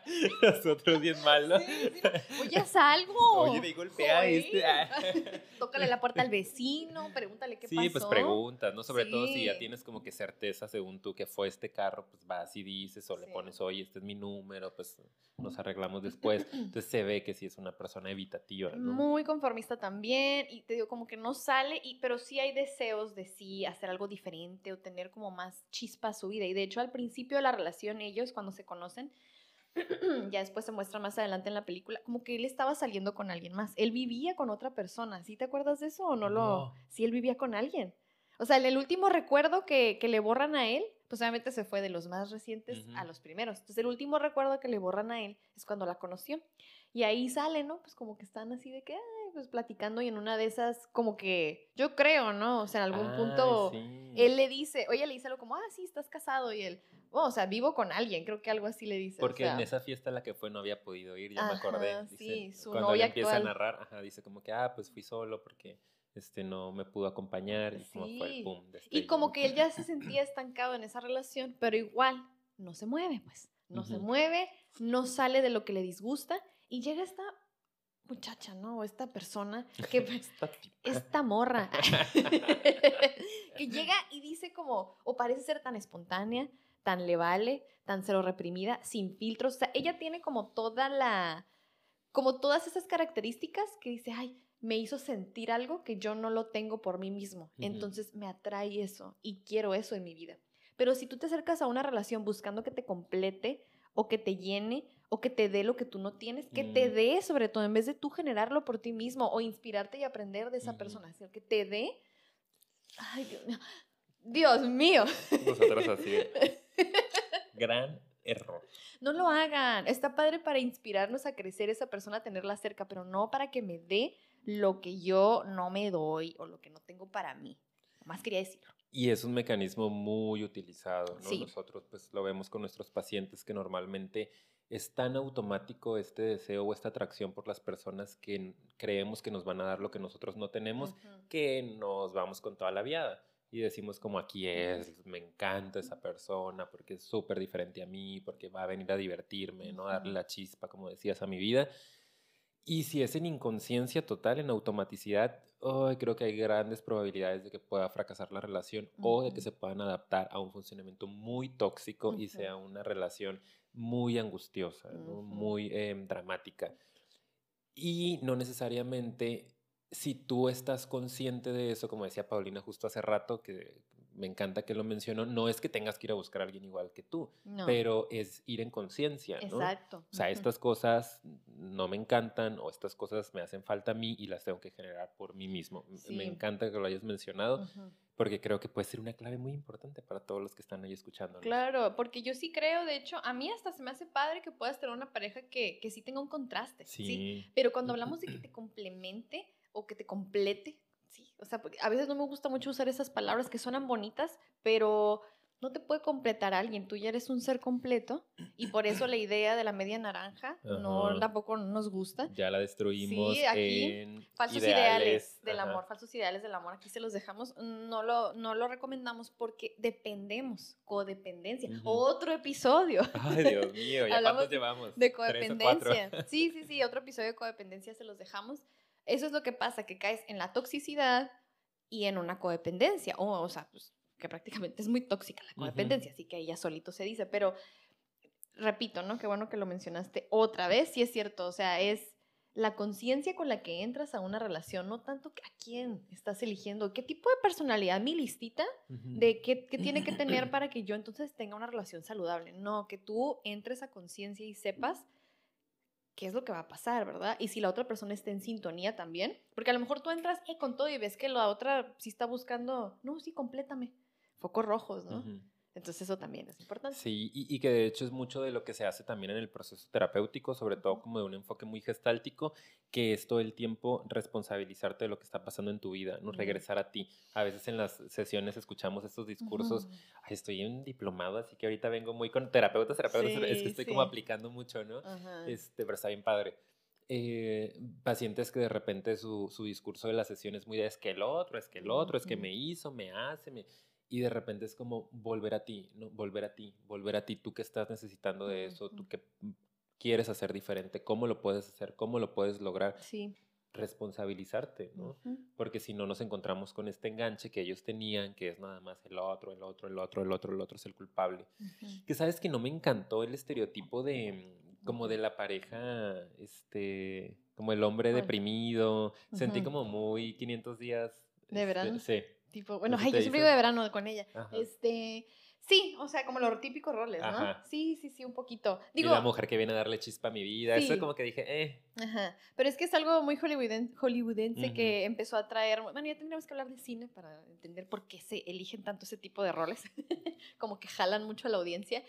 Nosotros bien mal, ¿no? Sí, sí. Oye, haz algo. Oye, me golpea Joder. este. Ah. Tócale la puerta al vecino, pregúntale qué Sí, pasó. pues preguntas, ¿no? Sobre todo si ya Sí. tienes como que certeza según tú que fue este carro, pues vas y dices o le Sí. pones, oye, este es mi número, pues nos arreglamos después. Entonces se ve que sí es una persona evitativa, ¿no? Muy conformista también, y te digo, como que no sale, y, pero sí hay deseos de sí hacer algo diferente o tener como más chispa a su vida. Y de hecho, al principio de la relación, ellos, cuando se conocen, ya después se muestra más adelante en la película, como que él estaba saliendo con alguien más. Él vivía con otra persona. ¿Sí te acuerdas de eso o no lo...? No. Sí, él vivía con alguien. O sea, en el último recuerdo que, que le borran a él, pues obviamente se fue de los más recientes Ujú. a los primeros. Entonces, el último recuerdo que le borran a él es cuando la conoció. Y ahí sale, ¿no? Pues como que están así de que, ay, pues platicando, y en una de esas, como que, yo creo, ¿no? O sea, en algún Ay, punto, sí. él le dice, oye, le dice algo como, ah, sí, estás casado, y él, oh, o sea, vivo con alguien, creo que algo así le dice. Porque o sea, en esa fiesta a la que fue no había podido ir, ya me acordé. ajá, Dice, sí, su cuando él novia empieza a actual. narrar, ajá, dice como que, ah, pues fui solo porque este no me pudo acompañar y como fue el Sí. pum, Y destello, como ¿no? que él ya se sentía estancado en esa relación, pero igual no se mueve, pues. No se Ujú. mueve, no sale de lo que le disgusta, y llega esta muchacha, ¿no? O esta persona que Esta tipa. esta morra que llega y dice como, o parece ser tan espontánea, tan le vale, tan cero reprimida, sin filtros. O sea, ella tiene como toda la, como todas esas características que dice, ay, me hizo sentir algo que yo no lo tengo por mí mismo. Ujú. Entonces me atrae eso y quiero eso en mi vida. Pero si tú te acercas a una relación buscando que te complete o que te llene o que te dé lo que tú no tienes, que te Mm. dé sobre todo, en vez de tú generarlo por ti mismo o inspirarte y aprender de esa Ujú. persona, sino que te dé, ay, Dios mío, Dios mío. Nosotros así, de, gran error. No lo hagan. Está padre para inspirarnos a crecer esa persona, a tenerla cerca, pero no para que me dé lo que yo no me doy o lo que no tengo para mí. Más quería decirlo. Y es un mecanismo muy utilizado, ¿no? Sí. Nosotros pues lo vemos con nuestros pacientes que normalmente es tan automático este deseo o esta atracción por las personas que n- creemos que nos van a dar lo que nosotros no tenemos, Ujú. que nos vamos con toda la viada y decimos como aquí es, me encanta esa persona porque es súper diferente a mí, porque va a venir a divertirme, ¿no? A darle Ujú. la chispa, como decías, a mi vida. Y si es en inconsciencia total, en automaticidad, ay, creo que hay grandes probabilidades de que pueda fracasar la relación o de que Ujú. se puedan adaptar a un funcionamiento muy tóxico y Ujú. sea una relación muy angustiosa, ¿no? Ujú. Muy em, dramática. Y no necesariamente si tú estás consciente de eso, como decía Paulina justo hace rato, que me encanta que lo mencionó, no es que tengas que ir a buscar a alguien igual que tú, No. pero es ir en conciencia, ¿no? Exacto. O sea, Ujú. estas cosas no me encantan o estas cosas me hacen falta a mí y las tengo que generar por mí mismo. M- Me Sí. encanta que lo hayas mencionado Ujú. porque creo que puede ser una clave muy importante para todos los que están ahí escuchándonos. Claro, porque yo sí creo, de hecho, a mí hasta se me hace padre que puedas tener una pareja que, que sí tenga un contraste, ¿sí? Sí. Pero cuando hablamos de que te complemente o que te complete, ¿sí? O sea, porque a veces no me gusta mucho usar esas palabras que suenan bonitas, pero no te puede completar alguien, tú ya eres un ser completo y por eso la idea de la media naranja no Ajá. tampoco nos gusta. Ya la destruimos Sí, aquí en falsos ideales. ideales del Ajá. amor, falsos ideales del amor, aquí se los dejamos, no lo, no lo recomendamos porque dependemos, codependencia. Ujú. Otro episodio Ay, Dios mío, ¿ya Hablamos cuántos llevamos? de ¿Tres o cuatro? codependencia. Sí, sí, sí, otro episodio de codependencia se los dejamos. Eso es lo que pasa, que caes en la toxicidad y en una codependencia. O, o sea, pues, que prácticamente es muy tóxica la Ujú. codependencia, así que ahí ya solito se dice, pero repito, ¿no? Qué bueno que lo mencionaste otra vez, sí es cierto, o sea, es la conciencia con la que entras a una relación, no tanto que a quién estás eligiendo, qué tipo de personalidad, mi listita Ujú. de qué, qué tiene que tener para que yo entonces tenga una relación saludable. No, que tú entres a conciencia y sepas qué es lo que va a pasar, ¿verdad? Y si la otra persona está en sintonía también, porque a lo mejor tú entras eh, con todo y ves que la otra sí está buscando, no, sí, complétame, focos rojos, ¿no? Ujú. Entonces eso también es importante. Sí, y, y que de hecho es mucho de lo que se hace también en el proceso terapéutico, sobre todo Ujú. como de un enfoque muy gestáltico, que es todo el tiempo responsabilizarte de lo que está pasando en tu vida, ¿no? Mm. Regresar a ti. A veces en las sesiones escuchamos estos discursos, Ujú. "Ay, estoy en diplomado, así que ahorita vengo muy con terapeutas, terapeutas, es que Sí, estoy sí. como aplicando mucho, ¿no? Ajá. Este, pero está bien padre. Eh, pacientes que de repente su, su discurso de la sesión es muy de es que el otro, es que el otro, es que Ujú. me hizo, me hace, me... Y de repente es como volver a ti, ¿no? Volver a ti, volver a ti, tú que estás necesitando de eso, tú Ujú. que quieres hacer diferente, cómo lo puedes hacer, cómo lo puedes lograr. Sí. Responsabilizarte, ¿no? Uh-huh. Porque si no nos encontramos con este enganche que ellos tenían, que es nada más el otro, el otro, el otro, el otro, el otro es el culpable. Uh-huh. Que sabes que no me encantó el estereotipo de como de la pareja, este, como el hombre ¿Cuál? deprimido. Uh-huh. Sentí como muy quinientos días. ¿De este, verano? Sí. Tipo, bueno, ¿No ay, te yo siempre hizo? digo de verano con ella. Ajá. Este, sí, o sea, como los típicos roles, ¿no? Ajá. Sí, sí, sí, un poquito. Y Digo, la mujer que viene a darle chispa a mi vida. sí. Eso como que dije, eh. Ajá. Pero es que es algo muy hollywooden- hollywoodense Ujú. que empezó a traer. Bueno, ya tendríamos que hablar de cine para entender por qué se eligen tanto ese tipo de roles. Como que jalan mucho a la audiencia.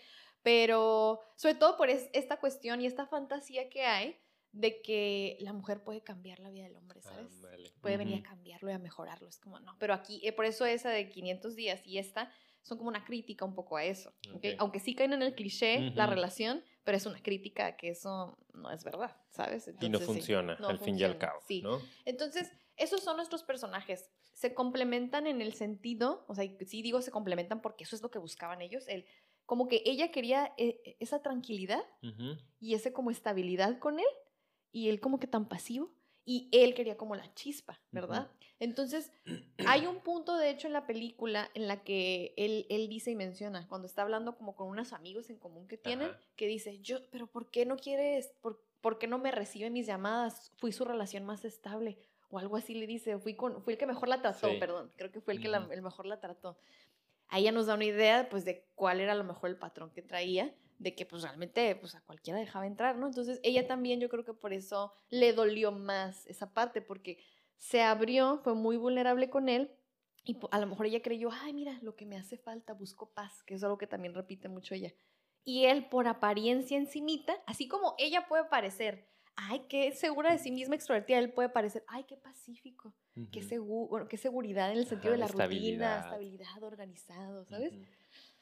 Pero sobre todo por es- esta cuestión y esta fantasía que hay de que la mujer puede cambiar la vida del hombre, ¿sabes? Ándale. Puede venir a Ujú. cambiarlo y a mejorarlo. Es como, no. Pero aquí, eh, por eso esa de quinientos días y esta son como una crítica un poco a eso. ¿Okay? Ok. Aunque sí caen en el cliché la Ujú. relación, pero es una crítica a que eso no es verdad, ¿sabes? Y no Entonces, sí, funciona, no al fin y al funciona, cabo, sí. ¿no? Entonces, esos son nuestros personajes. Se complementan en el sentido, o sea, y sí digo se complementan porque eso es lo que buscaban ellos, el, como que ella quería eh, esa tranquilidad Ujú. y ese como estabilidad con él, y él como que tan pasivo, y él quería como la chispa, ¿verdad? Ujú. Entonces, hay un punto, de hecho, en la película en la que él, él dice y menciona, cuando está hablando como con unos amigos en común que tienen, Ajá. que dice, yo, pero ¿por qué no quieres, por, por qué no me recibe mis llamadas? Fui su relación más estable, o algo así le dice, fui, con, fui el que mejor la trató, Sí. perdón, creo que fue el que la, Ujú. el mejor la trató. Ahí ya nos da una idea, pues, de cuál era a lo mejor el patrón que traía, de que, pues, realmente, pues, a cualquiera dejaba entrar, ¿no? Entonces, ella también, yo creo que por eso le dolió más esa parte, porque se abrió, fue muy vulnerable con él, y po- a lo mejor ella creyó, ay, mira, lo que me hace falta, busco paz, que es algo que también repite mucho ella. Y él, por apariencia encimita, así como ella puede parecer, ay, qué segura de sí misma, extrovertida, él puede parecer, ay, qué pacífico, qué, Ujú. segu- bueno, qué seguridad en el sentido Ajá, de la rutina, estabilidad. estabilidad, organizado, ¿sabes? Ujú.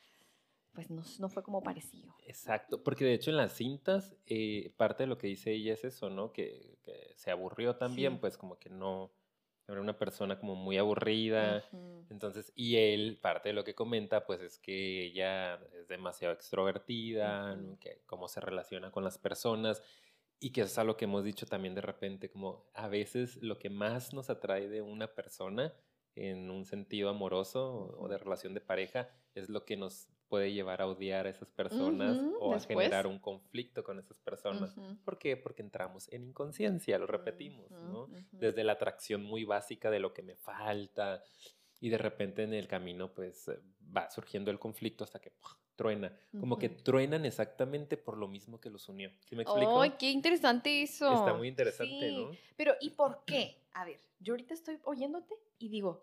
Pues no, no fue como parecido. Exacto, porque de hecho en las cintas, eh, parte de lo que dice ella es eso, ¿no? Que, que se aburrió también, Sí. pues como que no, era una persona como muy aburrida. Ujú. Entonces, y él, parte de lo que comenta, pues es que ella es demasiado extrovertida, Ujú. ¿no? Que cómo se relaciona con las personas y que eso es algo que hemos dicho también de repente, como a veces lo que más nos atrae de una persona en un sentido amoroso o- o de Ujú. relación de pareja es lo que nos puede llevar a odiar a esas personas Ujú, o a después. generar un conflicto con esas personas. Ujú. ¿Por qué? Porque entramos en inconsciencia, lo repetimos, Ujú, ¿no? ujú. Desde la atracción muy básica de lo que me falta y de repente en el camino pues eh, va surgiendo el conflicto hasta que ¡puf! Truena. Como que Ujú. truenan exactamente por lo mismo que los unió. ¿Sí me explico? ¡Ay, qué interesante eso! Está muy interesante, Sí, ¿no? pero ¿y por qué? A ver, yo ahorita estoy oyéndote y digo,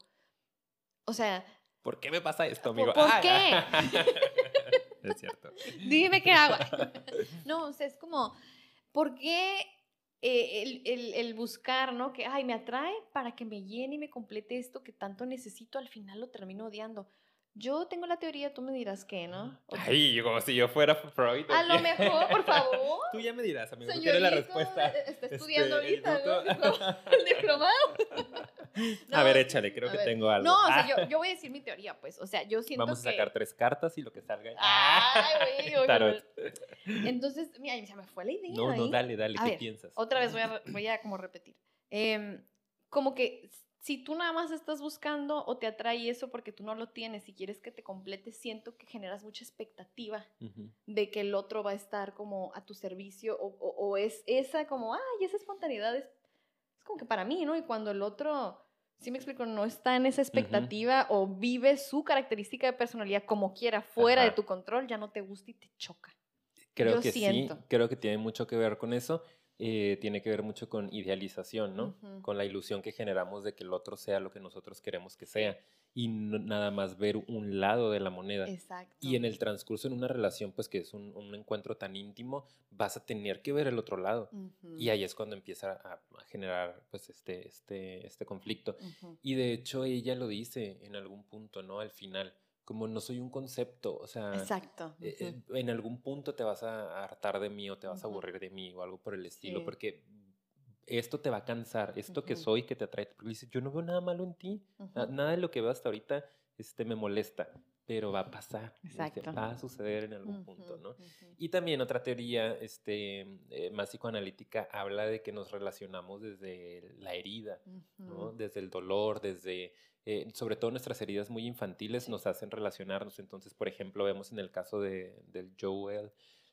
o sea, ¿Por qué me pasa esto, ¿por, amigo? por ¡Ay! qué? Es cierto. Dime qué hago. No, o sea, es como, ¿por qué eh, el, el- el buscar, ¿no? Que, ay, me atrae para que me llene y me complete esto que tanto necesito, al final lo termino odiando. Yo tengo la teoría, tú me dirás qué, ¿no? O- Ay, como si yo fuera Freud. ¿o A lo qué? mejor, por favor. Tú ya me dirás, amigo. Tú tienes la Señorito, respuesta. eh, está estudiando Este, ¿y tú, ahorita, tú? ¿no? El diploma- el diplomado. A ver, No, échale, creo a que ver. tengo algo. No, o sea, Ah, yo, yo voy a decir mi teoría, pues. O sea, yo siento vamos a que. sacar tres cartas y lo que salga. Ay, güey, oye, Tarot. entonces, mira, se me fue la idea No, no, ahí. dale, dale, A ¿qué ver, piensas? otra vez voy a, re- voy a como repetir. Em, como que si tú nada más estás buscando o te atrae eso porque tú no lo tienes y quieres que te complete, siento que generas mucha expectativa Ujú. de que el otro va a estar como a tu servicio o, o- o es esa como, ay, esa espontaneidad es, es como que para mí, ¿no? Y cuando el otro, sí me explico, no está en esa expectativa o vive su característica de personalidad como quiera, fuera de Ajá. tu control, ya no te gusta y te choca. Creo Yo que siento. sí, creo que tiene mucho que ver con eso. Eh, tiene que ver mucho con idealización, ¿no? Ujú. Con la ilusión que generamos de que el otro sea lo que nosotros queremos que Sí. sea y no- nada más ver un lado de la moneda. Exacto. Y en el transcurso en una relación, pues que es un, un encuentro tan íntimo, vas a tener que ver el otro lado. Ujú. Y ahí es cuando empieza a, a generar pues este, este, este conflicto. Ujú. Y de hecho ella lo dice en algún punto, ¿no? Al final, como no soy un concepto, o sea, Exacto. eh, Ujú. eh, en algún punto te vas a hartar de mí o te vas a Ujú. aburrir de mí o algo por el estilo, Sí. porque esto te va a cansar, esto que Ujú. soy, que te atrae, porque dices, yo no veo nada malo en ti, na- Ujú. nada de lo que veo hasta ahorita este, me molesta. pero va a pasar, Exacto. este, va a suceder en algún Ujú, punto, ¿no? ujú. Y también otra teoría este, eh, más psicoanalítica habla de que nos relacionamos desde la herida, ¿no? Ujú. Desde el dolor, desde, eh, sobre todo nuestras heridas muy infantiles Sí. nos hacen relacionarnos. Entonces, por ejemplo, vemos en el caso de, del Joel,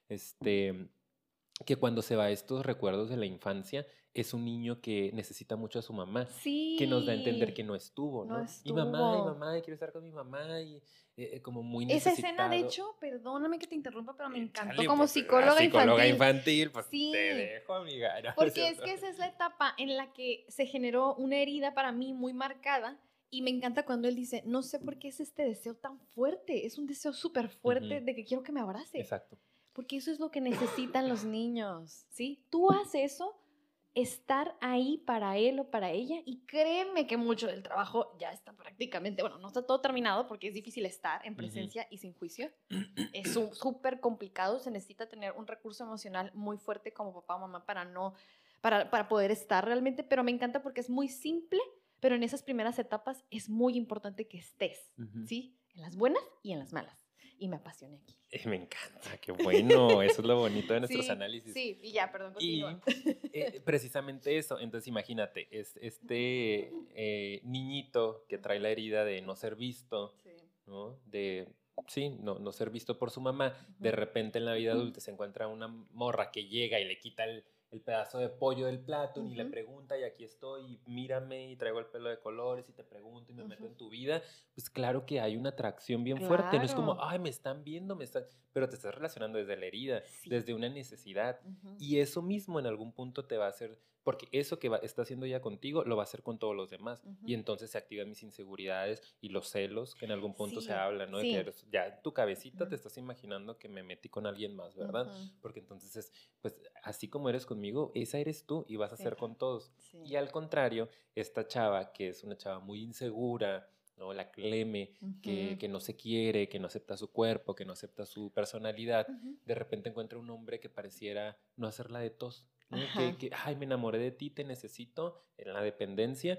este, que cuando se va a estos recuerdos de la infancia, es un niño que necesita mucho a su mamá, que nos da a entender que Sí, no estuvo, no ¿no? Y mamá, y estuvo. mamá, y quiero estar con mi mamá, y eh, eh, como muy Esa escena, de necesitado. hecho, perdóname que te interrumpa, pero me Eh, encantó chale, como pues la psicóloga psicóloga infantil. infantil, pues te Sí, dejo, amiga. No, no es porque es cierto. que esa es la etapa en la que se generó una herida para mí muy marcada y me encanta cuando él dice, no sé por qué es este deseo tan fuerte, es un deseo súper fuerte Ujú, de que quiero que me abrace, exacto. porque eso es lo que necesitan los niños, ¿sí? Tú haces eso, estar ahí para él o para ella y créeme que mucho del trabajo ya está prácticamente, bueno, no está todo terminado porque es difícil estar en Ujú. presencia y sin juicio. Es su- súper complicado, se necesita tener un recurso emocional muy fuerte como papá o mamá para no, para, para poder estar realmente, pero me encanta porque es muy simple, pero en esas primeras etapas es muy importante que estés, Ujú. ¿sí? En las buenas y en las malas. Y me apasioné aquí. Eh, me encanta, qué bueno. Eso es lo bonito de nuestros Sí, análisis. sí, y ya, perdón, continúa. Y eh, precisamente eso, entonces imagínate, es este eh, niñito que trae la herida de no ser visto, Sí. ¿no? De, sí, no, no ser visto por su mamá, de repente en la vida adulta se encuentra una morra que llega y le quita el, el pedazo de pollo del plato, ni le Ujú. pregunta, y aquí estoy, y mírame, y traigo el pelo de colores, y te pregunto, y me meto Ujú. en tu vida, pues claro que hay una atracción bien fuerte, no es como, Claro. ay, me están viendo, me están, pero te estás relacionando desde la herida, Sí. desde una necesidad. Ujú. Y eso mismo en algún punto te va a hacer, porque eso que va, está haciendo ya contigo, lo va a hacer con todos los demás. Ujú. Y entonces se activan mis inseguridades y los celos, que en algún punto se Sí, habla, ¿no? De que sí. eres- ya en tu cabecita te Ujú. estás imaginando que me metí con alguien más, ¿verdad? Ujú. Porque entonces es, pues así como eres conmigo, esa eres tú y vas a Sí. ser con todos. Sí. Y al contrario, esta chava, que es una chava muy insegura, ¿no? La Cleme, que, Ujú. que no se quiere, que no acepta su cuerpo, que no acepta su personalidad, Ujú. de repente encuentra un hombre que pareciera no hacerla de tos, ¿no? Ajá. Que, que, ay, me enamoré de ti, te necesito, en la dependencia.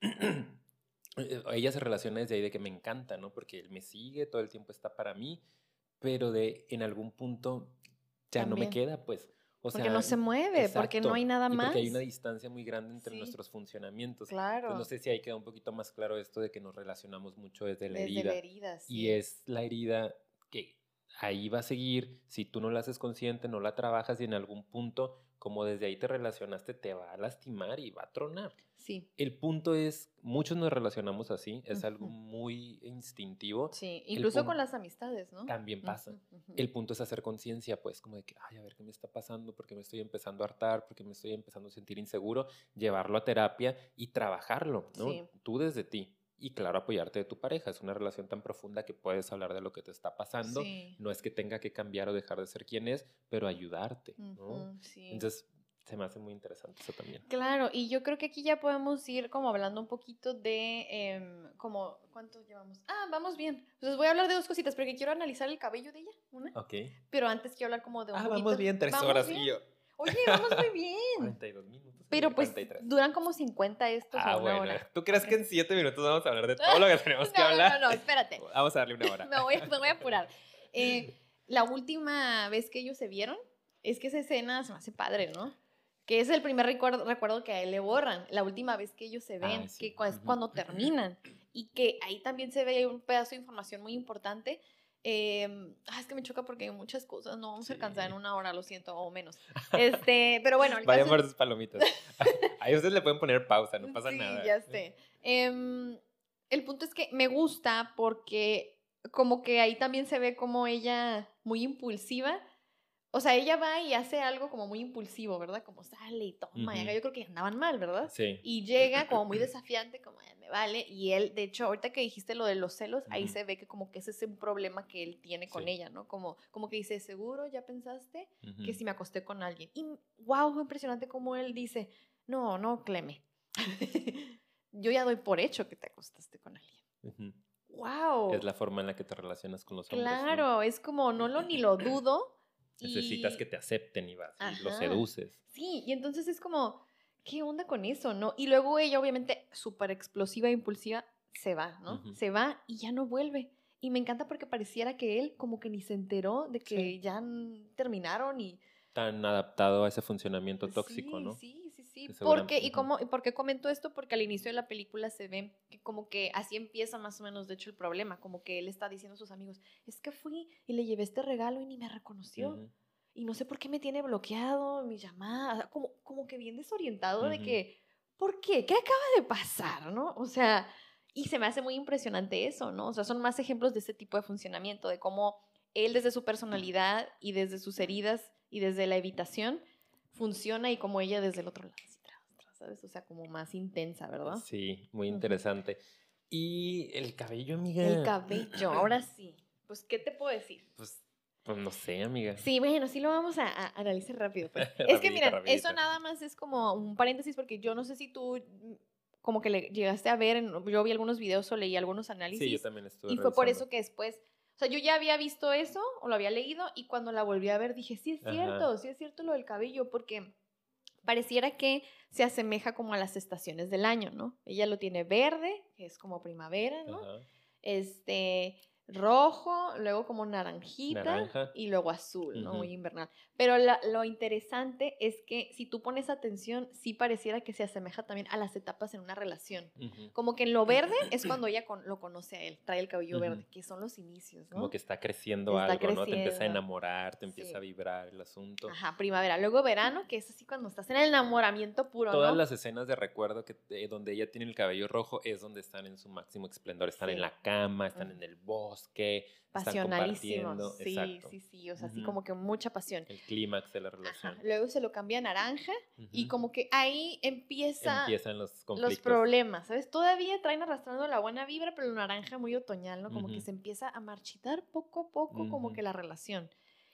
eh, Ella se relaciona desde ahí de que me encanta, ¿no? Porque él me sigue, todo el tiempo está para mí, pero de en algún punto ya no me También. queda, pues. O Porque no sea, se mueve, porque no hay exacto. nada Y porque hay una más. distancia muy grande entre Sí, nuestros funcionamientos. Entonces, no claro. sé si ahí queda un poquito más claro esto de que nos relacionamos mucho desde la Desde la herida. herida, Y sí. es la herida que ahí va a seguir. Si tú no la haces consciente, no la trabajas y en algún punto, como desde ahí te relacionaste, te va a lastimar y va a tronar. Sí. El punto es, muchos nos relacionamos así, es algo Ujú. muy instintivo. Sí, El incluso con punto las amistades, ¿no? también pasa. Ujú, ujú. El punto es hacer conciencia, pues, como de que, ay, a ver qué me está pasando, porque me estoy empezando a hartar, porque me estoy empezando a sentir inseguro, llevarlo a terapia y trabajarlo, ¿no? Sí, Tú desde ti. Y claro, apoyarte de tu pareja. Es una relación tan profunda que puedes hablar de lo que te está pasando. sí. No es que tenga que cambiar o dejar de ser quien es, pero ayudarte, ¿no? Ujú, sí. Entonces, se me hace muy interesante eso también. Claro, y yo creo que aquí ya podemos ir como hablando un poquito de, em, como, ¿cuánto llevamos? Ah, vamos bien. Entonces voy a hablar de dos cositas, porque quiero analizar el cabello de ella, una, Ok. pero antes quiero hablar como de un Ah, poquito. vamos bien, tres Vamos horas bien. y yo. Oye, vamos muy bien. cuarenta y dos minutos. Pero amiga, pues cuarenta y tres. duran como cincuenta estos Ah, o una bueno. hora. ¿Tú crees Ok. que en siete minutos vamos a hablar de todo lo que tenemos que No, hablar? no, no, espérate. Vamos a darle una hora. Me voy, me voy a apurar. Eh, la última vez que ellos se vieron, es que esa escena se me hace padre, ¿no? Que es el primer recuerdo, recuerdo que a él le borran, la última vez que ellos se ven, Ay, sí. que cu- es Ujú. cuando terminan. Y que ahí también se ve un pedazo de información muy importante. Eh, ah, es que me choca porque hay muchas cosas, no vamos a alcanzar en Sí. una hora, lo siento, o menos. Este, pero bueno, el Vayan caso... por sus palomitas. Ahí ustedes le pueden poner pausa, no pasa Sí, nada. ya sé. Em, el punto es que me gusta porque como que ahí también se ve como ella muy impulsiva. O sea, ella va y hace algo como muy impulsivo, ¿verdad? Como sale y toma y haga. Ujú. Yo creo que andaban mal, ¿verdad? Sí. Y llega como muy desafiante, como, "Ay, me vale". Y él, de hecho, ahorita que dijiste lo de los celos, ahí Ujú. se ve que como que ese es un problema que él tiene con Sí. ella, ¿no? Como, como que dice, ¿seguro ya pensaste que Ujú. si me acosté con alguien? Y wow, fue impresionante como él dice, no, no, Cleme. Yo ya doy por hecho que te acostaste con alguien. Ujú. Wow. Es la forma en la que te relacionas con los hombres, ¿no? Claro, es como no lo ni lo dudo. Necesitas que Y te acepten y vas y los ajá. seduces. Sí, y entonces es como, ¿qué onda con eso, no? Y luego ella, obviamente, súper explosiva e impulsiva, se va, ¿no? Ujú. Se va y ya no vuelve. Y me encanta porque pareciera que él como que ni se enteró de que Sí. ya n- terminaron y... Tan adaptado a ese funcionamiento tóxico, Sí, ¿no? sí, sí, sí. Que ¿Por segura- qué? ¿Y, ujú, cómo, ¿Y por qué comento esto? Porque al inicio de la película se ve que como que así empieza más o menos, de hecho, el problema. Como que él está diciendo a sus amigos, es que fui y le llevé este regalo y ni me reconoció. ujú, Y no sé por qué me tiene bloqueado en mi llamada. Como, como que bien desorientado de ujú. que, ¿por qué? ¿Qué acaba de pasar? ¿No? O sea, y se me hace muy impresionante eso, ¿no? O sea, son más ejemplos de este tipo de funcionamiento, de cómo él desde su personalidad y desde sus heridas y desde la evitación funciona y como ella desde el otro lado, así, tras, tras, ¿sabes? O sea, como más intensa, ¿verdad? Sí, muy Ujú. interesante. Y el cabello, El amiga, cabello, ahora sí. Pues, ¿qué te puedo decir? pues, pues no sé, amiga. Sí, bueno, sí lo vamos a, a analizar rápido, pues. Es que Rapidito, miren, eso rapidito. nada más es como un paréntesis porque yo no sé si tú mm, como que le llegaste a ver, en- yo vi algunos videos o leí algunos Sí, yo análisis también estuve y fue por revisando. eso que después, o sea, yo ya había visto eso o lo había leído y cuando la volví a ver dije, sí es Ajá, cierto, sí es cierto lo del cabello porque pareciera que se asemeja como a las estaciones del año, ¿no? Ella lo tiene verde, que es como primavera, ¿no? ajá. Este, rojo, luego como naranjita Naranja. y luego azul, ¿no? Ujú. Muy invernal. Pero la- lo interesante es que si tú pones atención, sí pareciera que se asemeja también a las etapas en una relación. Ujú. Como que en lo verde es cuando ella con- lo conoce a él, trae el cabello Ujú. verde, que son los inicios, Como ¿no? que está creciendo Está algo, ¿no? Te empieza a creciendo. enamorar, te empieza a Sí. vibrar el asunto. Ajá, primavera. Luego verano, que es así cuando estás en el enamoramiento puro, Todas ¿no? las escenas de recuerdo que eh, donde ella tiene el cabello rojo es donde están en su máximo esplendor. Están en Sí. la cama, están Ujú. en el bosque, están Pasionalísimos, compartiendo. sí, Exacto. sí, sí, o sea, así Ujú. como que mucha pasión. El clímax de la Ajá. relación. Luego se lo cambia a naranja y Ujú. como que ahí empieza Empiezan los los conflictos. problemas, ¿sabes? Todavía traen arrastrando la buena vibra, pero el naranja muy otoñal, ¿no? Como que Ujú. se empieza a marchitar poco a poco como Ujú. que la relación.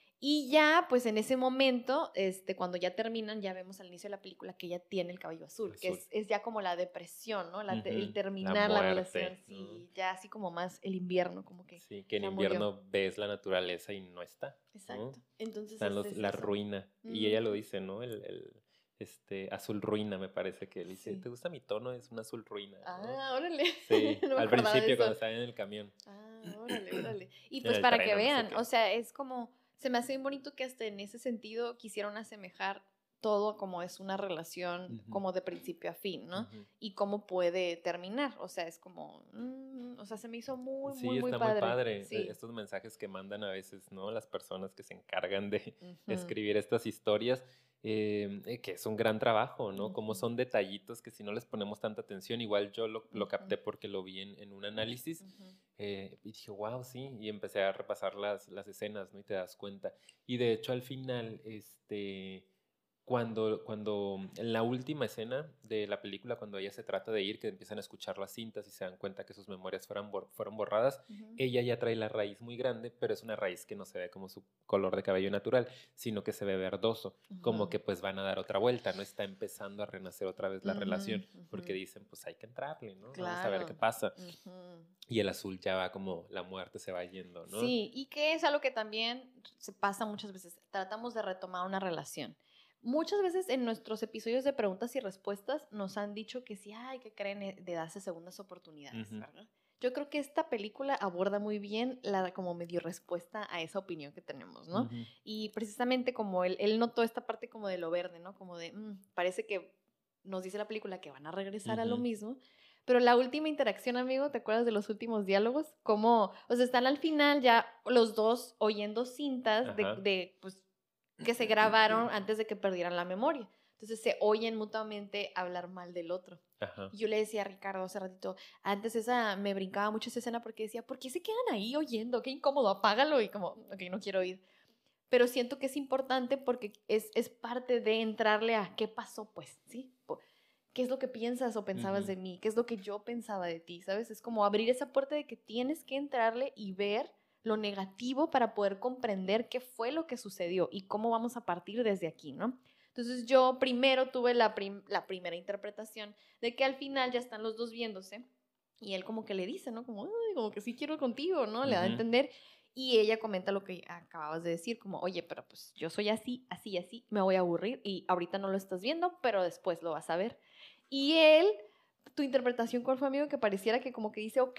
Y ya, pues en ese momento, este, cuando ya terminan, ya vemos al inicio de la película que ella tiene el cabello azul, que Azul. es, es ya como la depresión, ¿no? La te- el Ujú. La terminar la, muerte, relación, ¿no? sí, ya así como más el invierno, como que Sí, que en ya murió. invierno ves la naturaleza y no está, ¿no? Exacto. Entonces Están es, los, es la eso. ruina. Y ella lo Ujú. dice, ¿no? El, el, este, azul ruina, me parece que él dice, Sí. ¿te gusta mi tono? Es un azul ruina, ¿no? Ah, órale. Sí, No me al acordaba de principio cuando eso. están en el camión, Ah, órale, órale. Y en pues el para tren que o no sé vean, qué. o sea, es como, se me hace bien bonito que hasta en ese sentido quisieron asemejar todo como es una relación Ujú. como de principio a fin, ¿no? Ujú. Y cómo puede terminar, o sea, es como, mm, o sea, se me hizo muy, muy, Sí, muy está muy padre. padre. Sí. eh, Estos mensajes que mandan a veces, ¿no? Las personas que se encargan de Ujú, escribir estas historias, eh, eh, que es un gran trabajo, ¿no? Como ujú, son detallitos que si no les ponemos tanta atención, igual yo lo, lo ujú, capté porque lo vi en, en un análisis ujú. eh, y dije, wow, sí, y empecé a repasar las, las escenas, ¿no? Y te das cuenta. Y de hecho al final, este... Cuando, cuando en la última escena de la película, cuando ella se trata de ir, que empiezan a escuchar las cintas y se dan cuenta que sus memorias fueron, bor- fueron borradas, Ujú. ella ya trae la raíz muy grande, pero es una raíz que no se ve como su color de cabello natural, sino que se ve verdoso, como Ujú. que pues van a dar otra vuelta, ¿no? Está empezando a renacer otra vez la Ujú, relación, porque ujú. dicen, pues hay que entrarle, ¿no? Vamos a ver qué Claro. pasa. Ujú. Y el azul ya va como la muerte se va yendo, ¿no? Sí, y que es algo que también se pasa muchas veces. Tratamos de retomar una relación. Muchas veces en nuestros episodios de preguntas y respuestas nos han dicho que sí, hay que creen eh, de darse segundas oportunidades, Ujú. ¿verdad? Yo creo que esta película aborda muy bien la como medio respuesta a esa opinión que tenemos, ¿no? Ujú. Y precisamente como él, él notó esta parte como de lo verde, ¿no? Como de, "Mm, parece que nos dice la película que van a regresar a lo Ujú. mismo, pero la última interacción, amigo, ¿te acuerdas de los últimos diálogos? Como, o sea, están al final ya los dos oyendo cintas de, Ajá. de, pues, que se grabaron antes de que perdieran la memoria. Entonces se oyen mutuamente hablar mal del otro. Ajá. Y yo le decía a Ricardo hace ratito, antes esa, me brincaba mucho esa escena porque decía, ¿por qué se quedan ahí oyendo? Qué incómodo, apágalo. Y como, ok, no quiero oír. Pero siento que es importante porque es, es parte de entrarle a qué pasó, pues, ¿sí? Po- ¿Qué es lo que piensas o pensabas Ujú. de mí? ¿Qué es lo que yo pensaba de ti? ¿Sabes? Es como abrir esa puerta de que tienes que entrarle y ver lo negativo para poder comprender qué fue lo que sucedió y cómo vamos a partir desde aquí, ¿no? Entonces yo primero tuve la, prim- la primera interpretación de que al final ya están los dos viéndose y él como que le dice, ¿no? Como, "Ay, como que sí quiero contigo, ¿no?" Le da a Ujú. entender y ella comenta lo que acababas de decir, como, oye, pero pues yo soy así, así, así, me voy a aburrir y ahorita no lo estás viendo, pero después lo vas a ver. Y él, tu interpretación, ¿cuál fue, amigo? Que pareciera que como que dice, ok,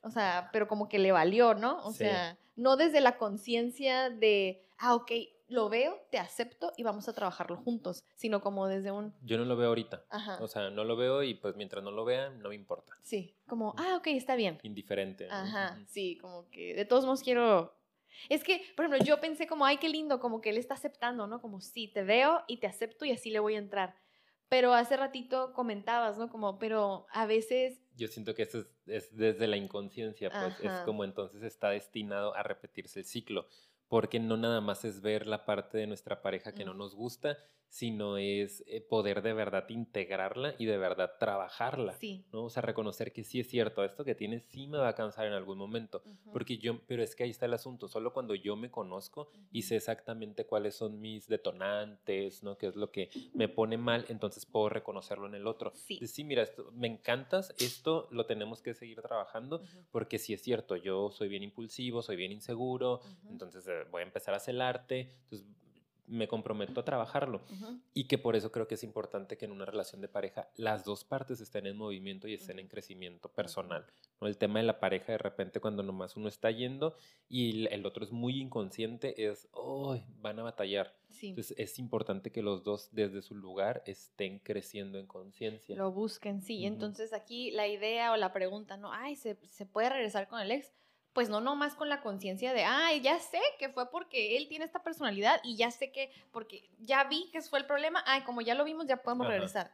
O sea, pero como que le valió, ¿no? O Sí. sea, no desde la conciencia de, ah, ok, lo veo, te acepto y vamos a trabajarlo juntos, sino como desde un... Yo no lo veo ahorita. Ajá. O sea, no lo veo y pues mientras no lo vea, no me importa. Sí, como, ah, ok, está bien. Indiferente. ¿no? Ajá, Ujú. sí, como que de todos modos quiero... Es que, por ejemplo, yo pensé como, ay, qué lindo, como que él está aceptando, ¿no? Como, sí, te veo y te acepto y así le voy a entrar. Pero hace ratito comentabas, ¿no? Como, pero a veces... Yo siento que eso es, es desde la inconsciencia, pues es Ajá. como entonces está destinado a repetirse el ciclo, porque no nada más es ver la parte de nuestra pareja que no Mm. nos gusta, sino es eh, poder de verdad integrarla y de verdad trabajarla, Sí. ¿no? O sea, reconocer que sí es cierto, esto que tienes sí me va a cansar en algún momento, Ujú. porque yo, pero es que ahí está el asunto, solo cuando yo me conozco y Ujú. sé exactamente cuáles son mis detonantes, ¿no? Qué es lo que me pone mal, entonces puedo reconocerlo en el otro. Sí. Decir, sí, mira, esto, me encantas, esto lo tenemos que seguir trabajando, Ujú. porque sí es cierto, yo soy bien impulsivo, soy bien inseguro, Ujú. entonces eh, voy a empezar a celarte, entonces me comprometo a trabajarlo. Ujú. Y que por eso creo que es importante que en una relación de pareja las dos partes estén en movimiento y estén en crecimiento personal. ¿No? El tema de la pareja, de repente, cuando nomás uno está yendo y el otro es muy inconsciente, es, oh, van a batallar. Sí. Entonces es importante que los dos desde su lugar estén creciendo en conciencia. Lo busquen, sí. Ujú. Entonces aquí la idea o la pregunta, ¿no? Ay, ¿se, se puede regresar con el ex? Pues no nomás con la conciencia de, ay, ya sé que fue porque él tiene esta personalidad y ya sé que, porque ya vi que fue el problema, ay, como ya lo vimos, ya podemos Ajá. regresar.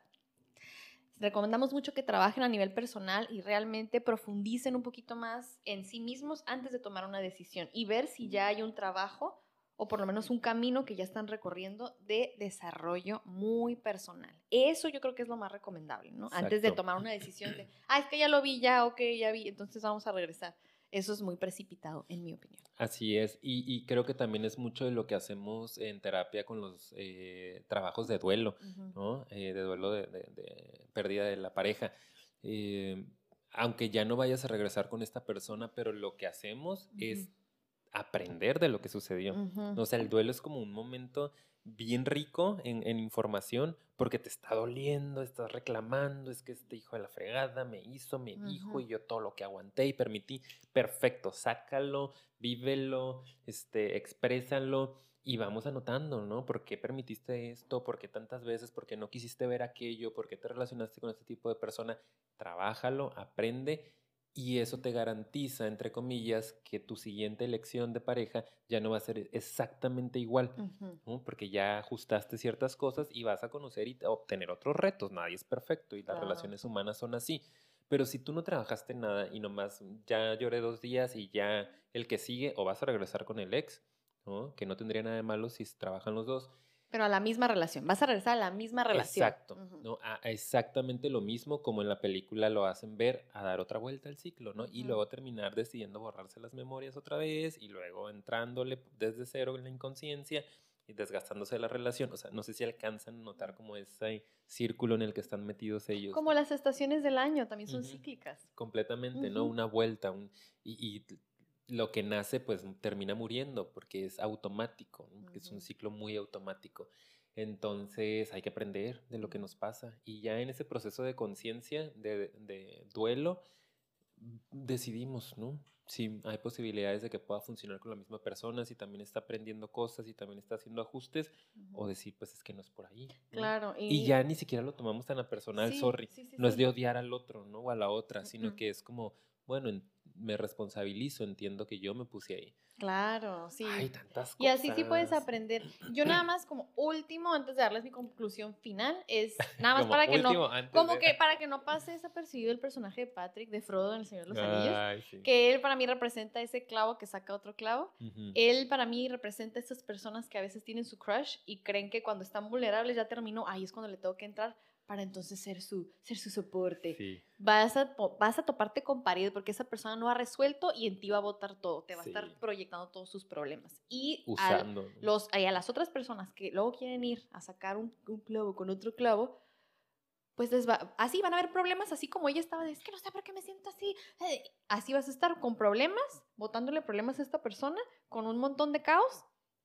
Recomendamos mucho que trabajen a nivel personal y realmente profundicen un poquito más en sí mismos antes de tomar una decisión y ver si ya hay un trabajo o por lo menos un camino que ya están recorriendo de desarrollo muy personal. Eso yo creo que es lo más recomendable, ¿no? Exacto. Antes de tomar una decisión de, ah, es que ya lo vi, ya, ok, ya vi, entonces vamos a regresar. Eso es muy precipitado, en mi opinión. Así es, y, y creo que también es mucho de lo que hacemos en terapia con los eh, trabajos de duelo, Uh-huh. ¿no? Eh, de duelo de, de- de pérdida de la pareja. Eh, aunque ya no vayas a regresar con esta persona, pero lo que hacemos Uh-huh. es aprender de lo que sucedió. Uh-huh. O sea, el duelo es como un momento bien rico en, en información porque te está doliendo, estás reclamando, es que este hijo de la fregada me hizo, me dijo Uh-huh. y yo todo lo que aguanté y permití. Perfecto, sácalo, vívelo, este, exprésalo y vamos anotando, ¿no? ¿Por qué permitiste esto? ¿Por qué tantas veces? ¿Por qué no quisiste ver aquello? ¿Por qué te relacionaste con este tipo de persona? Trabájalo, aprende y eso te garantiza, entre comillas, que tu siguiente elección de pareja ya no va a ser exactamente igual, Uh-huh. ¿no? Porque ya ajustaste ciertas cosas y vas a conocer y obtener otros retos. Nadie es perfecto y las Claro. relaciones humanas son así. Pero si tú no trabajaste nada y nomás ya lloré dos días y ya el que sigue, o vas a regresar con el ex, ¿no? Que no tendría nada de malo si trabajan los dos. Pero a la misma relación, vas a regresar a la misma relación. Exacto, Uh-huh. ¿no? A, a exactamente lo mismo como en la película lo hacen ver, a dar otra vuelta al ciclo, ¿no? Y Uh-huh. luego terminar decidiendo borrarse las memorias otra vez y luego entrándole desde cero en la inconsciencia y desgastándose la relación. O sea, no sé si alcanzan a notar como ese círculo en el que están metidos ellos. Como las estaciones del año también son Ujú. cíclicas. Completamente, ¿no? Ujú. Una vuelta, un, y, y lo que nace pues termina muriendo porque es automático, ¿no? Porque es un Ujú. ciclo muy automático. Entonces hay que aprender de lo que nos pasa y ya en ese proceso de conciencia, de, de duelo, decidimos, ¿no? Si hay posibilidades de que pueda funcionar con la misma persona, si también está aprendiendo cosas, si también está haciendo ajustes, o Ujú. decir, pues es que no es por ahí, ¿no? Claro, Y y ya ni siquiera lo tomamos tan a personal, sí, sorry. sí, sí, No es sí. de odiar al otro, ¿no? O a la otra, sino Mm-mm. que es como, bueno, en- me responsabilizo, entiendo que yo me puse ahí. Claro, Hay sí. tantas Y así sí puedes cosas. aprender. Yo nada más como último, antes de darles mi conclusión final, es nada más Como para que no, último, antes como de... que para que no pase desapercibido el personaje de Patrick, de Frodo en El Señor de los Anillos, Ay, sí. que él para mí representa ese clavo que saca otro clavo. Ujú. Él para mí representa esas personas que a veces tienen su crush y creen que cuando están vulnerables ya terminó, ahí es cuando le tengo que entrar para entonces ser su, ser su soporte. Sí, Vas a, po- vas a toparte con pared porque esa persona no ha resuelto y en ti va a botar todo, te va a sí. estar proyectando todos sus problemas. Y al- Usando, ¿no? los, y a las otras personas que luego quieren ir a sacar un, un clavo con otro clavo, pues les va, así van a haber problemas, así como ella estaba de, es que no sé por qué me siento así. Eh, Así vas a estar con problemas, botándole problemas a esta persona, con un montón de caos,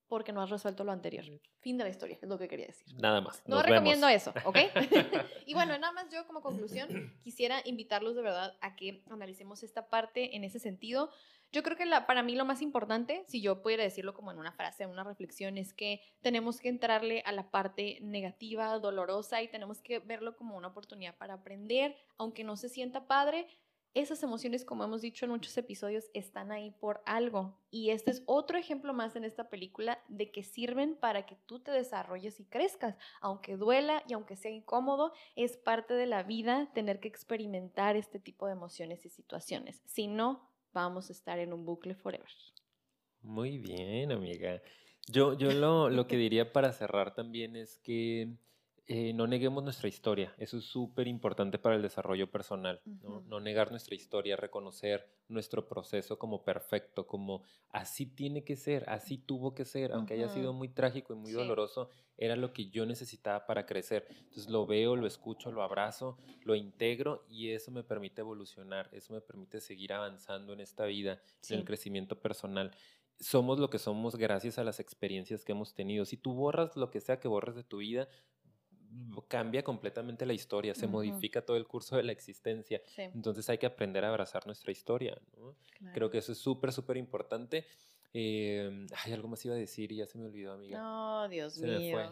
porque no has resuelto lo anterior. Fin de la historia, es lo que quería decir. Nada más. No Nos recomiendo vemos. eso, ¿ok? Y bueno, nada más yo como conclusión quisiera invitarlos de verdad a que analicemos esta parte en ese sentido. Yo creo que la, para mí lo más importante, si yo pudiera decirlo como en una frase, en una reflexión, es que tenemos que entrarle a la parte negativa, dolorosa, y tenemos que verlo como una oportunidad para aprender, aunque no se sienta padre. Esas emociones, como hemos dicho en muchos episodios, están ahí por algo. Y este es otro ejemplo más en esta película de que sirven para que tú te desarrolles y crezcas. Aunque duela y aunque sea incómodo, es parte de la vida tener que experimentar este tipo de emociones y situaciones. Si no, vamos a estar en un bucle forever. Muy bien, amiga. Yo, yo lo, lo que diría para cerrar también es que eh, no neguemos nuestra historia. Eso es súper importante para el desarrollo personal, ¿no? Ujú. No negar nuestra historia, reconocer nuestro proceso como perfecto, como así tiene que ser, así tuvo que ser, aunque haya sido Ujú. muy trágico y muy Sí. doloroso, era lo que yo necesitaba para crecer. Entonces lo veo, lo escucho, lo abrazo, lo integro y eso me permite evolucionar, eso me permite seguir avanzando en esta vida, en el Sí. crecimiento personal. Somos lo que somos gracias a las experiencias que hemos tenido. Si tú borras lo que sea que borres de tu vida, mm, cambia completamente la historia, se Ujú. modifica todo el curso de la existencia. Sí, Entonces hay que aprender a abrazar nuestra historia, ¿no? Creo claro. que eso es súper, súper importante. Eh, ay, algo más iba a decir y ya se me olvidó, amiga. No, Dios Se me fue. mío.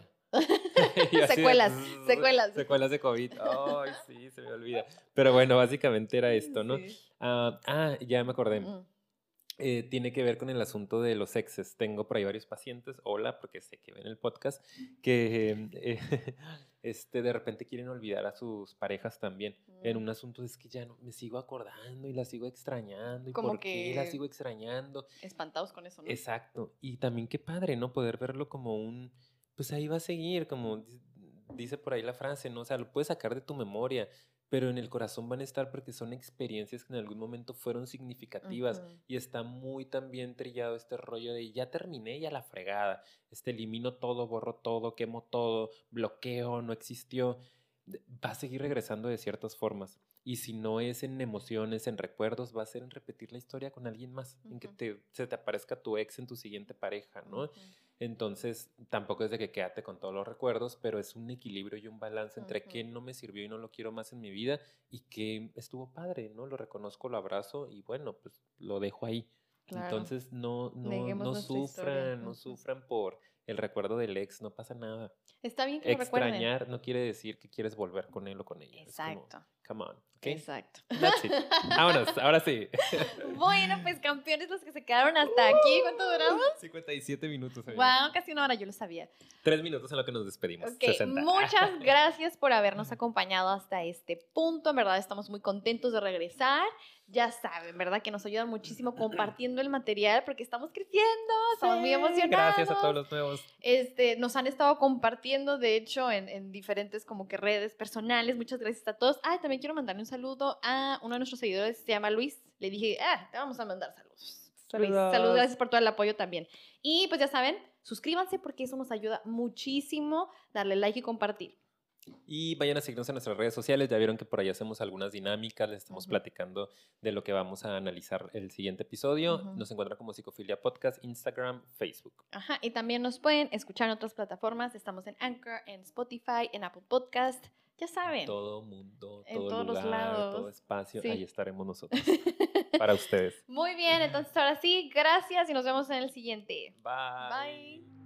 Y así de Secuelas, bzz, secuelas. secuelas de COVID. Ay, sí, se me olvida. Pero bueno, básicamente era esto, ¿no? Sí. Ah, ah, ya me acordé. Mm. Eh, tiene que ver con el asunto de los exes. Tengo por ahí varios pacientes, hola, porque sé que ven el podcast, que eh, este, de repente quieren olvidar a sus parejas también. En Mm. un asunto es que ya no me sigo acordando y la sigo extrañando. ¿Y Como por qué la que sigo extrañando? espantados con eso, ¿no? Exacto. Y también qué padre, ¿no? Poder verlo como un, pues ahí va a seguir, como di- dice por ahí la frase, ¿no? O sea, lo puedes sacar de tu memoria, pero en el corazón van a estar porque son experiencias que en algún momento fueron significativas Ujú. y está muy también trillado este rollo de ya terminé y a la fregada, este elimino todo, borro todo, quemo todo, bloqueo, no existió. De- Va a seguir regresando de ciertas formas. Y si no es en emociones, en recuerdos, va a ser en repetir la historia con alguien más, en que Ujú. te, se te aparezca tu ex en tu siguiente pareja, ¿no? Ujú. Entonces, tampoco es de que quédate con todos los recuerdos, pero es un equilibrio y un balance entre Ujú. qué no me sirvió y no lo quiero más en mi vida y qué estuvo padre, ¿no? Lo reconozco, lo abrazo y bueno, pues lo dejo ahí. Claro. Entonces, no, no, Neguemos no nuestra historia. sufran, no Ujú. sufran por el recuerdo del ex, no pasa nada. Está bien que lo recuerden. Extrañar no quiere decir que quieres volver con él o con ella. Es como, Exacto. come on, ¿ok? Exacto. That's it. Vámonos, ahora sí. Bueno, pues campeones los que se quedaron hasta aquí. ¿Cuánto duramos? cincuenta y siete minutos. amiga. Wow, casi una hora, yo lo sabía. Tres minutos en lo que nos despedimos. Ok, sesenta. muchas gracias por habernos acompañado hasta este punto. En verdad estamos muy contentos de regresar. Ya saben, ¿verdad? Que nos ayudan muchísimo compartiendo el material porque estamos creciendo, estamos muy Sí, emocionados. Gracias a todos los nuevos. Este, nos han estado compartiendo, de hecho, en, en diferentes como que redes personales. Muchas gracias a todos. Ah, también quiero mandarle un saludo a uno de nuestros seguidores, se llama Luis. Le dije, ah, te vamos a mandar saludos. Luis, Saludos. saludos, gracias por todo el apoyo también. Y pues ya saben, suscríbanse porque eso nos ayuda muchísimo, darle like y compartir. Y vayan a seguirnos en nuestras redes sociales. Ya vieron que por ahí hacemos algunas dinámicas. Les estamos Ujú. platicando de lo que vamos a analizar el siguiente episodio. Ujú. Nos encuentran como Psicofilia Podcast, Instagram, Facebook. Ajá, y también nos pueden escuchar en otras plataformas. Estamos en Anchor, en Spotify, en Apple Podcast. Ya saben. Todo mundo, En todo todos los lugar, lados. todo espacio. Sí. Ahí estaremos nosotros para ustedes. Muy bien, entonces ahora sí, gracias y nos vemos en el siguiente. Bye. Bye.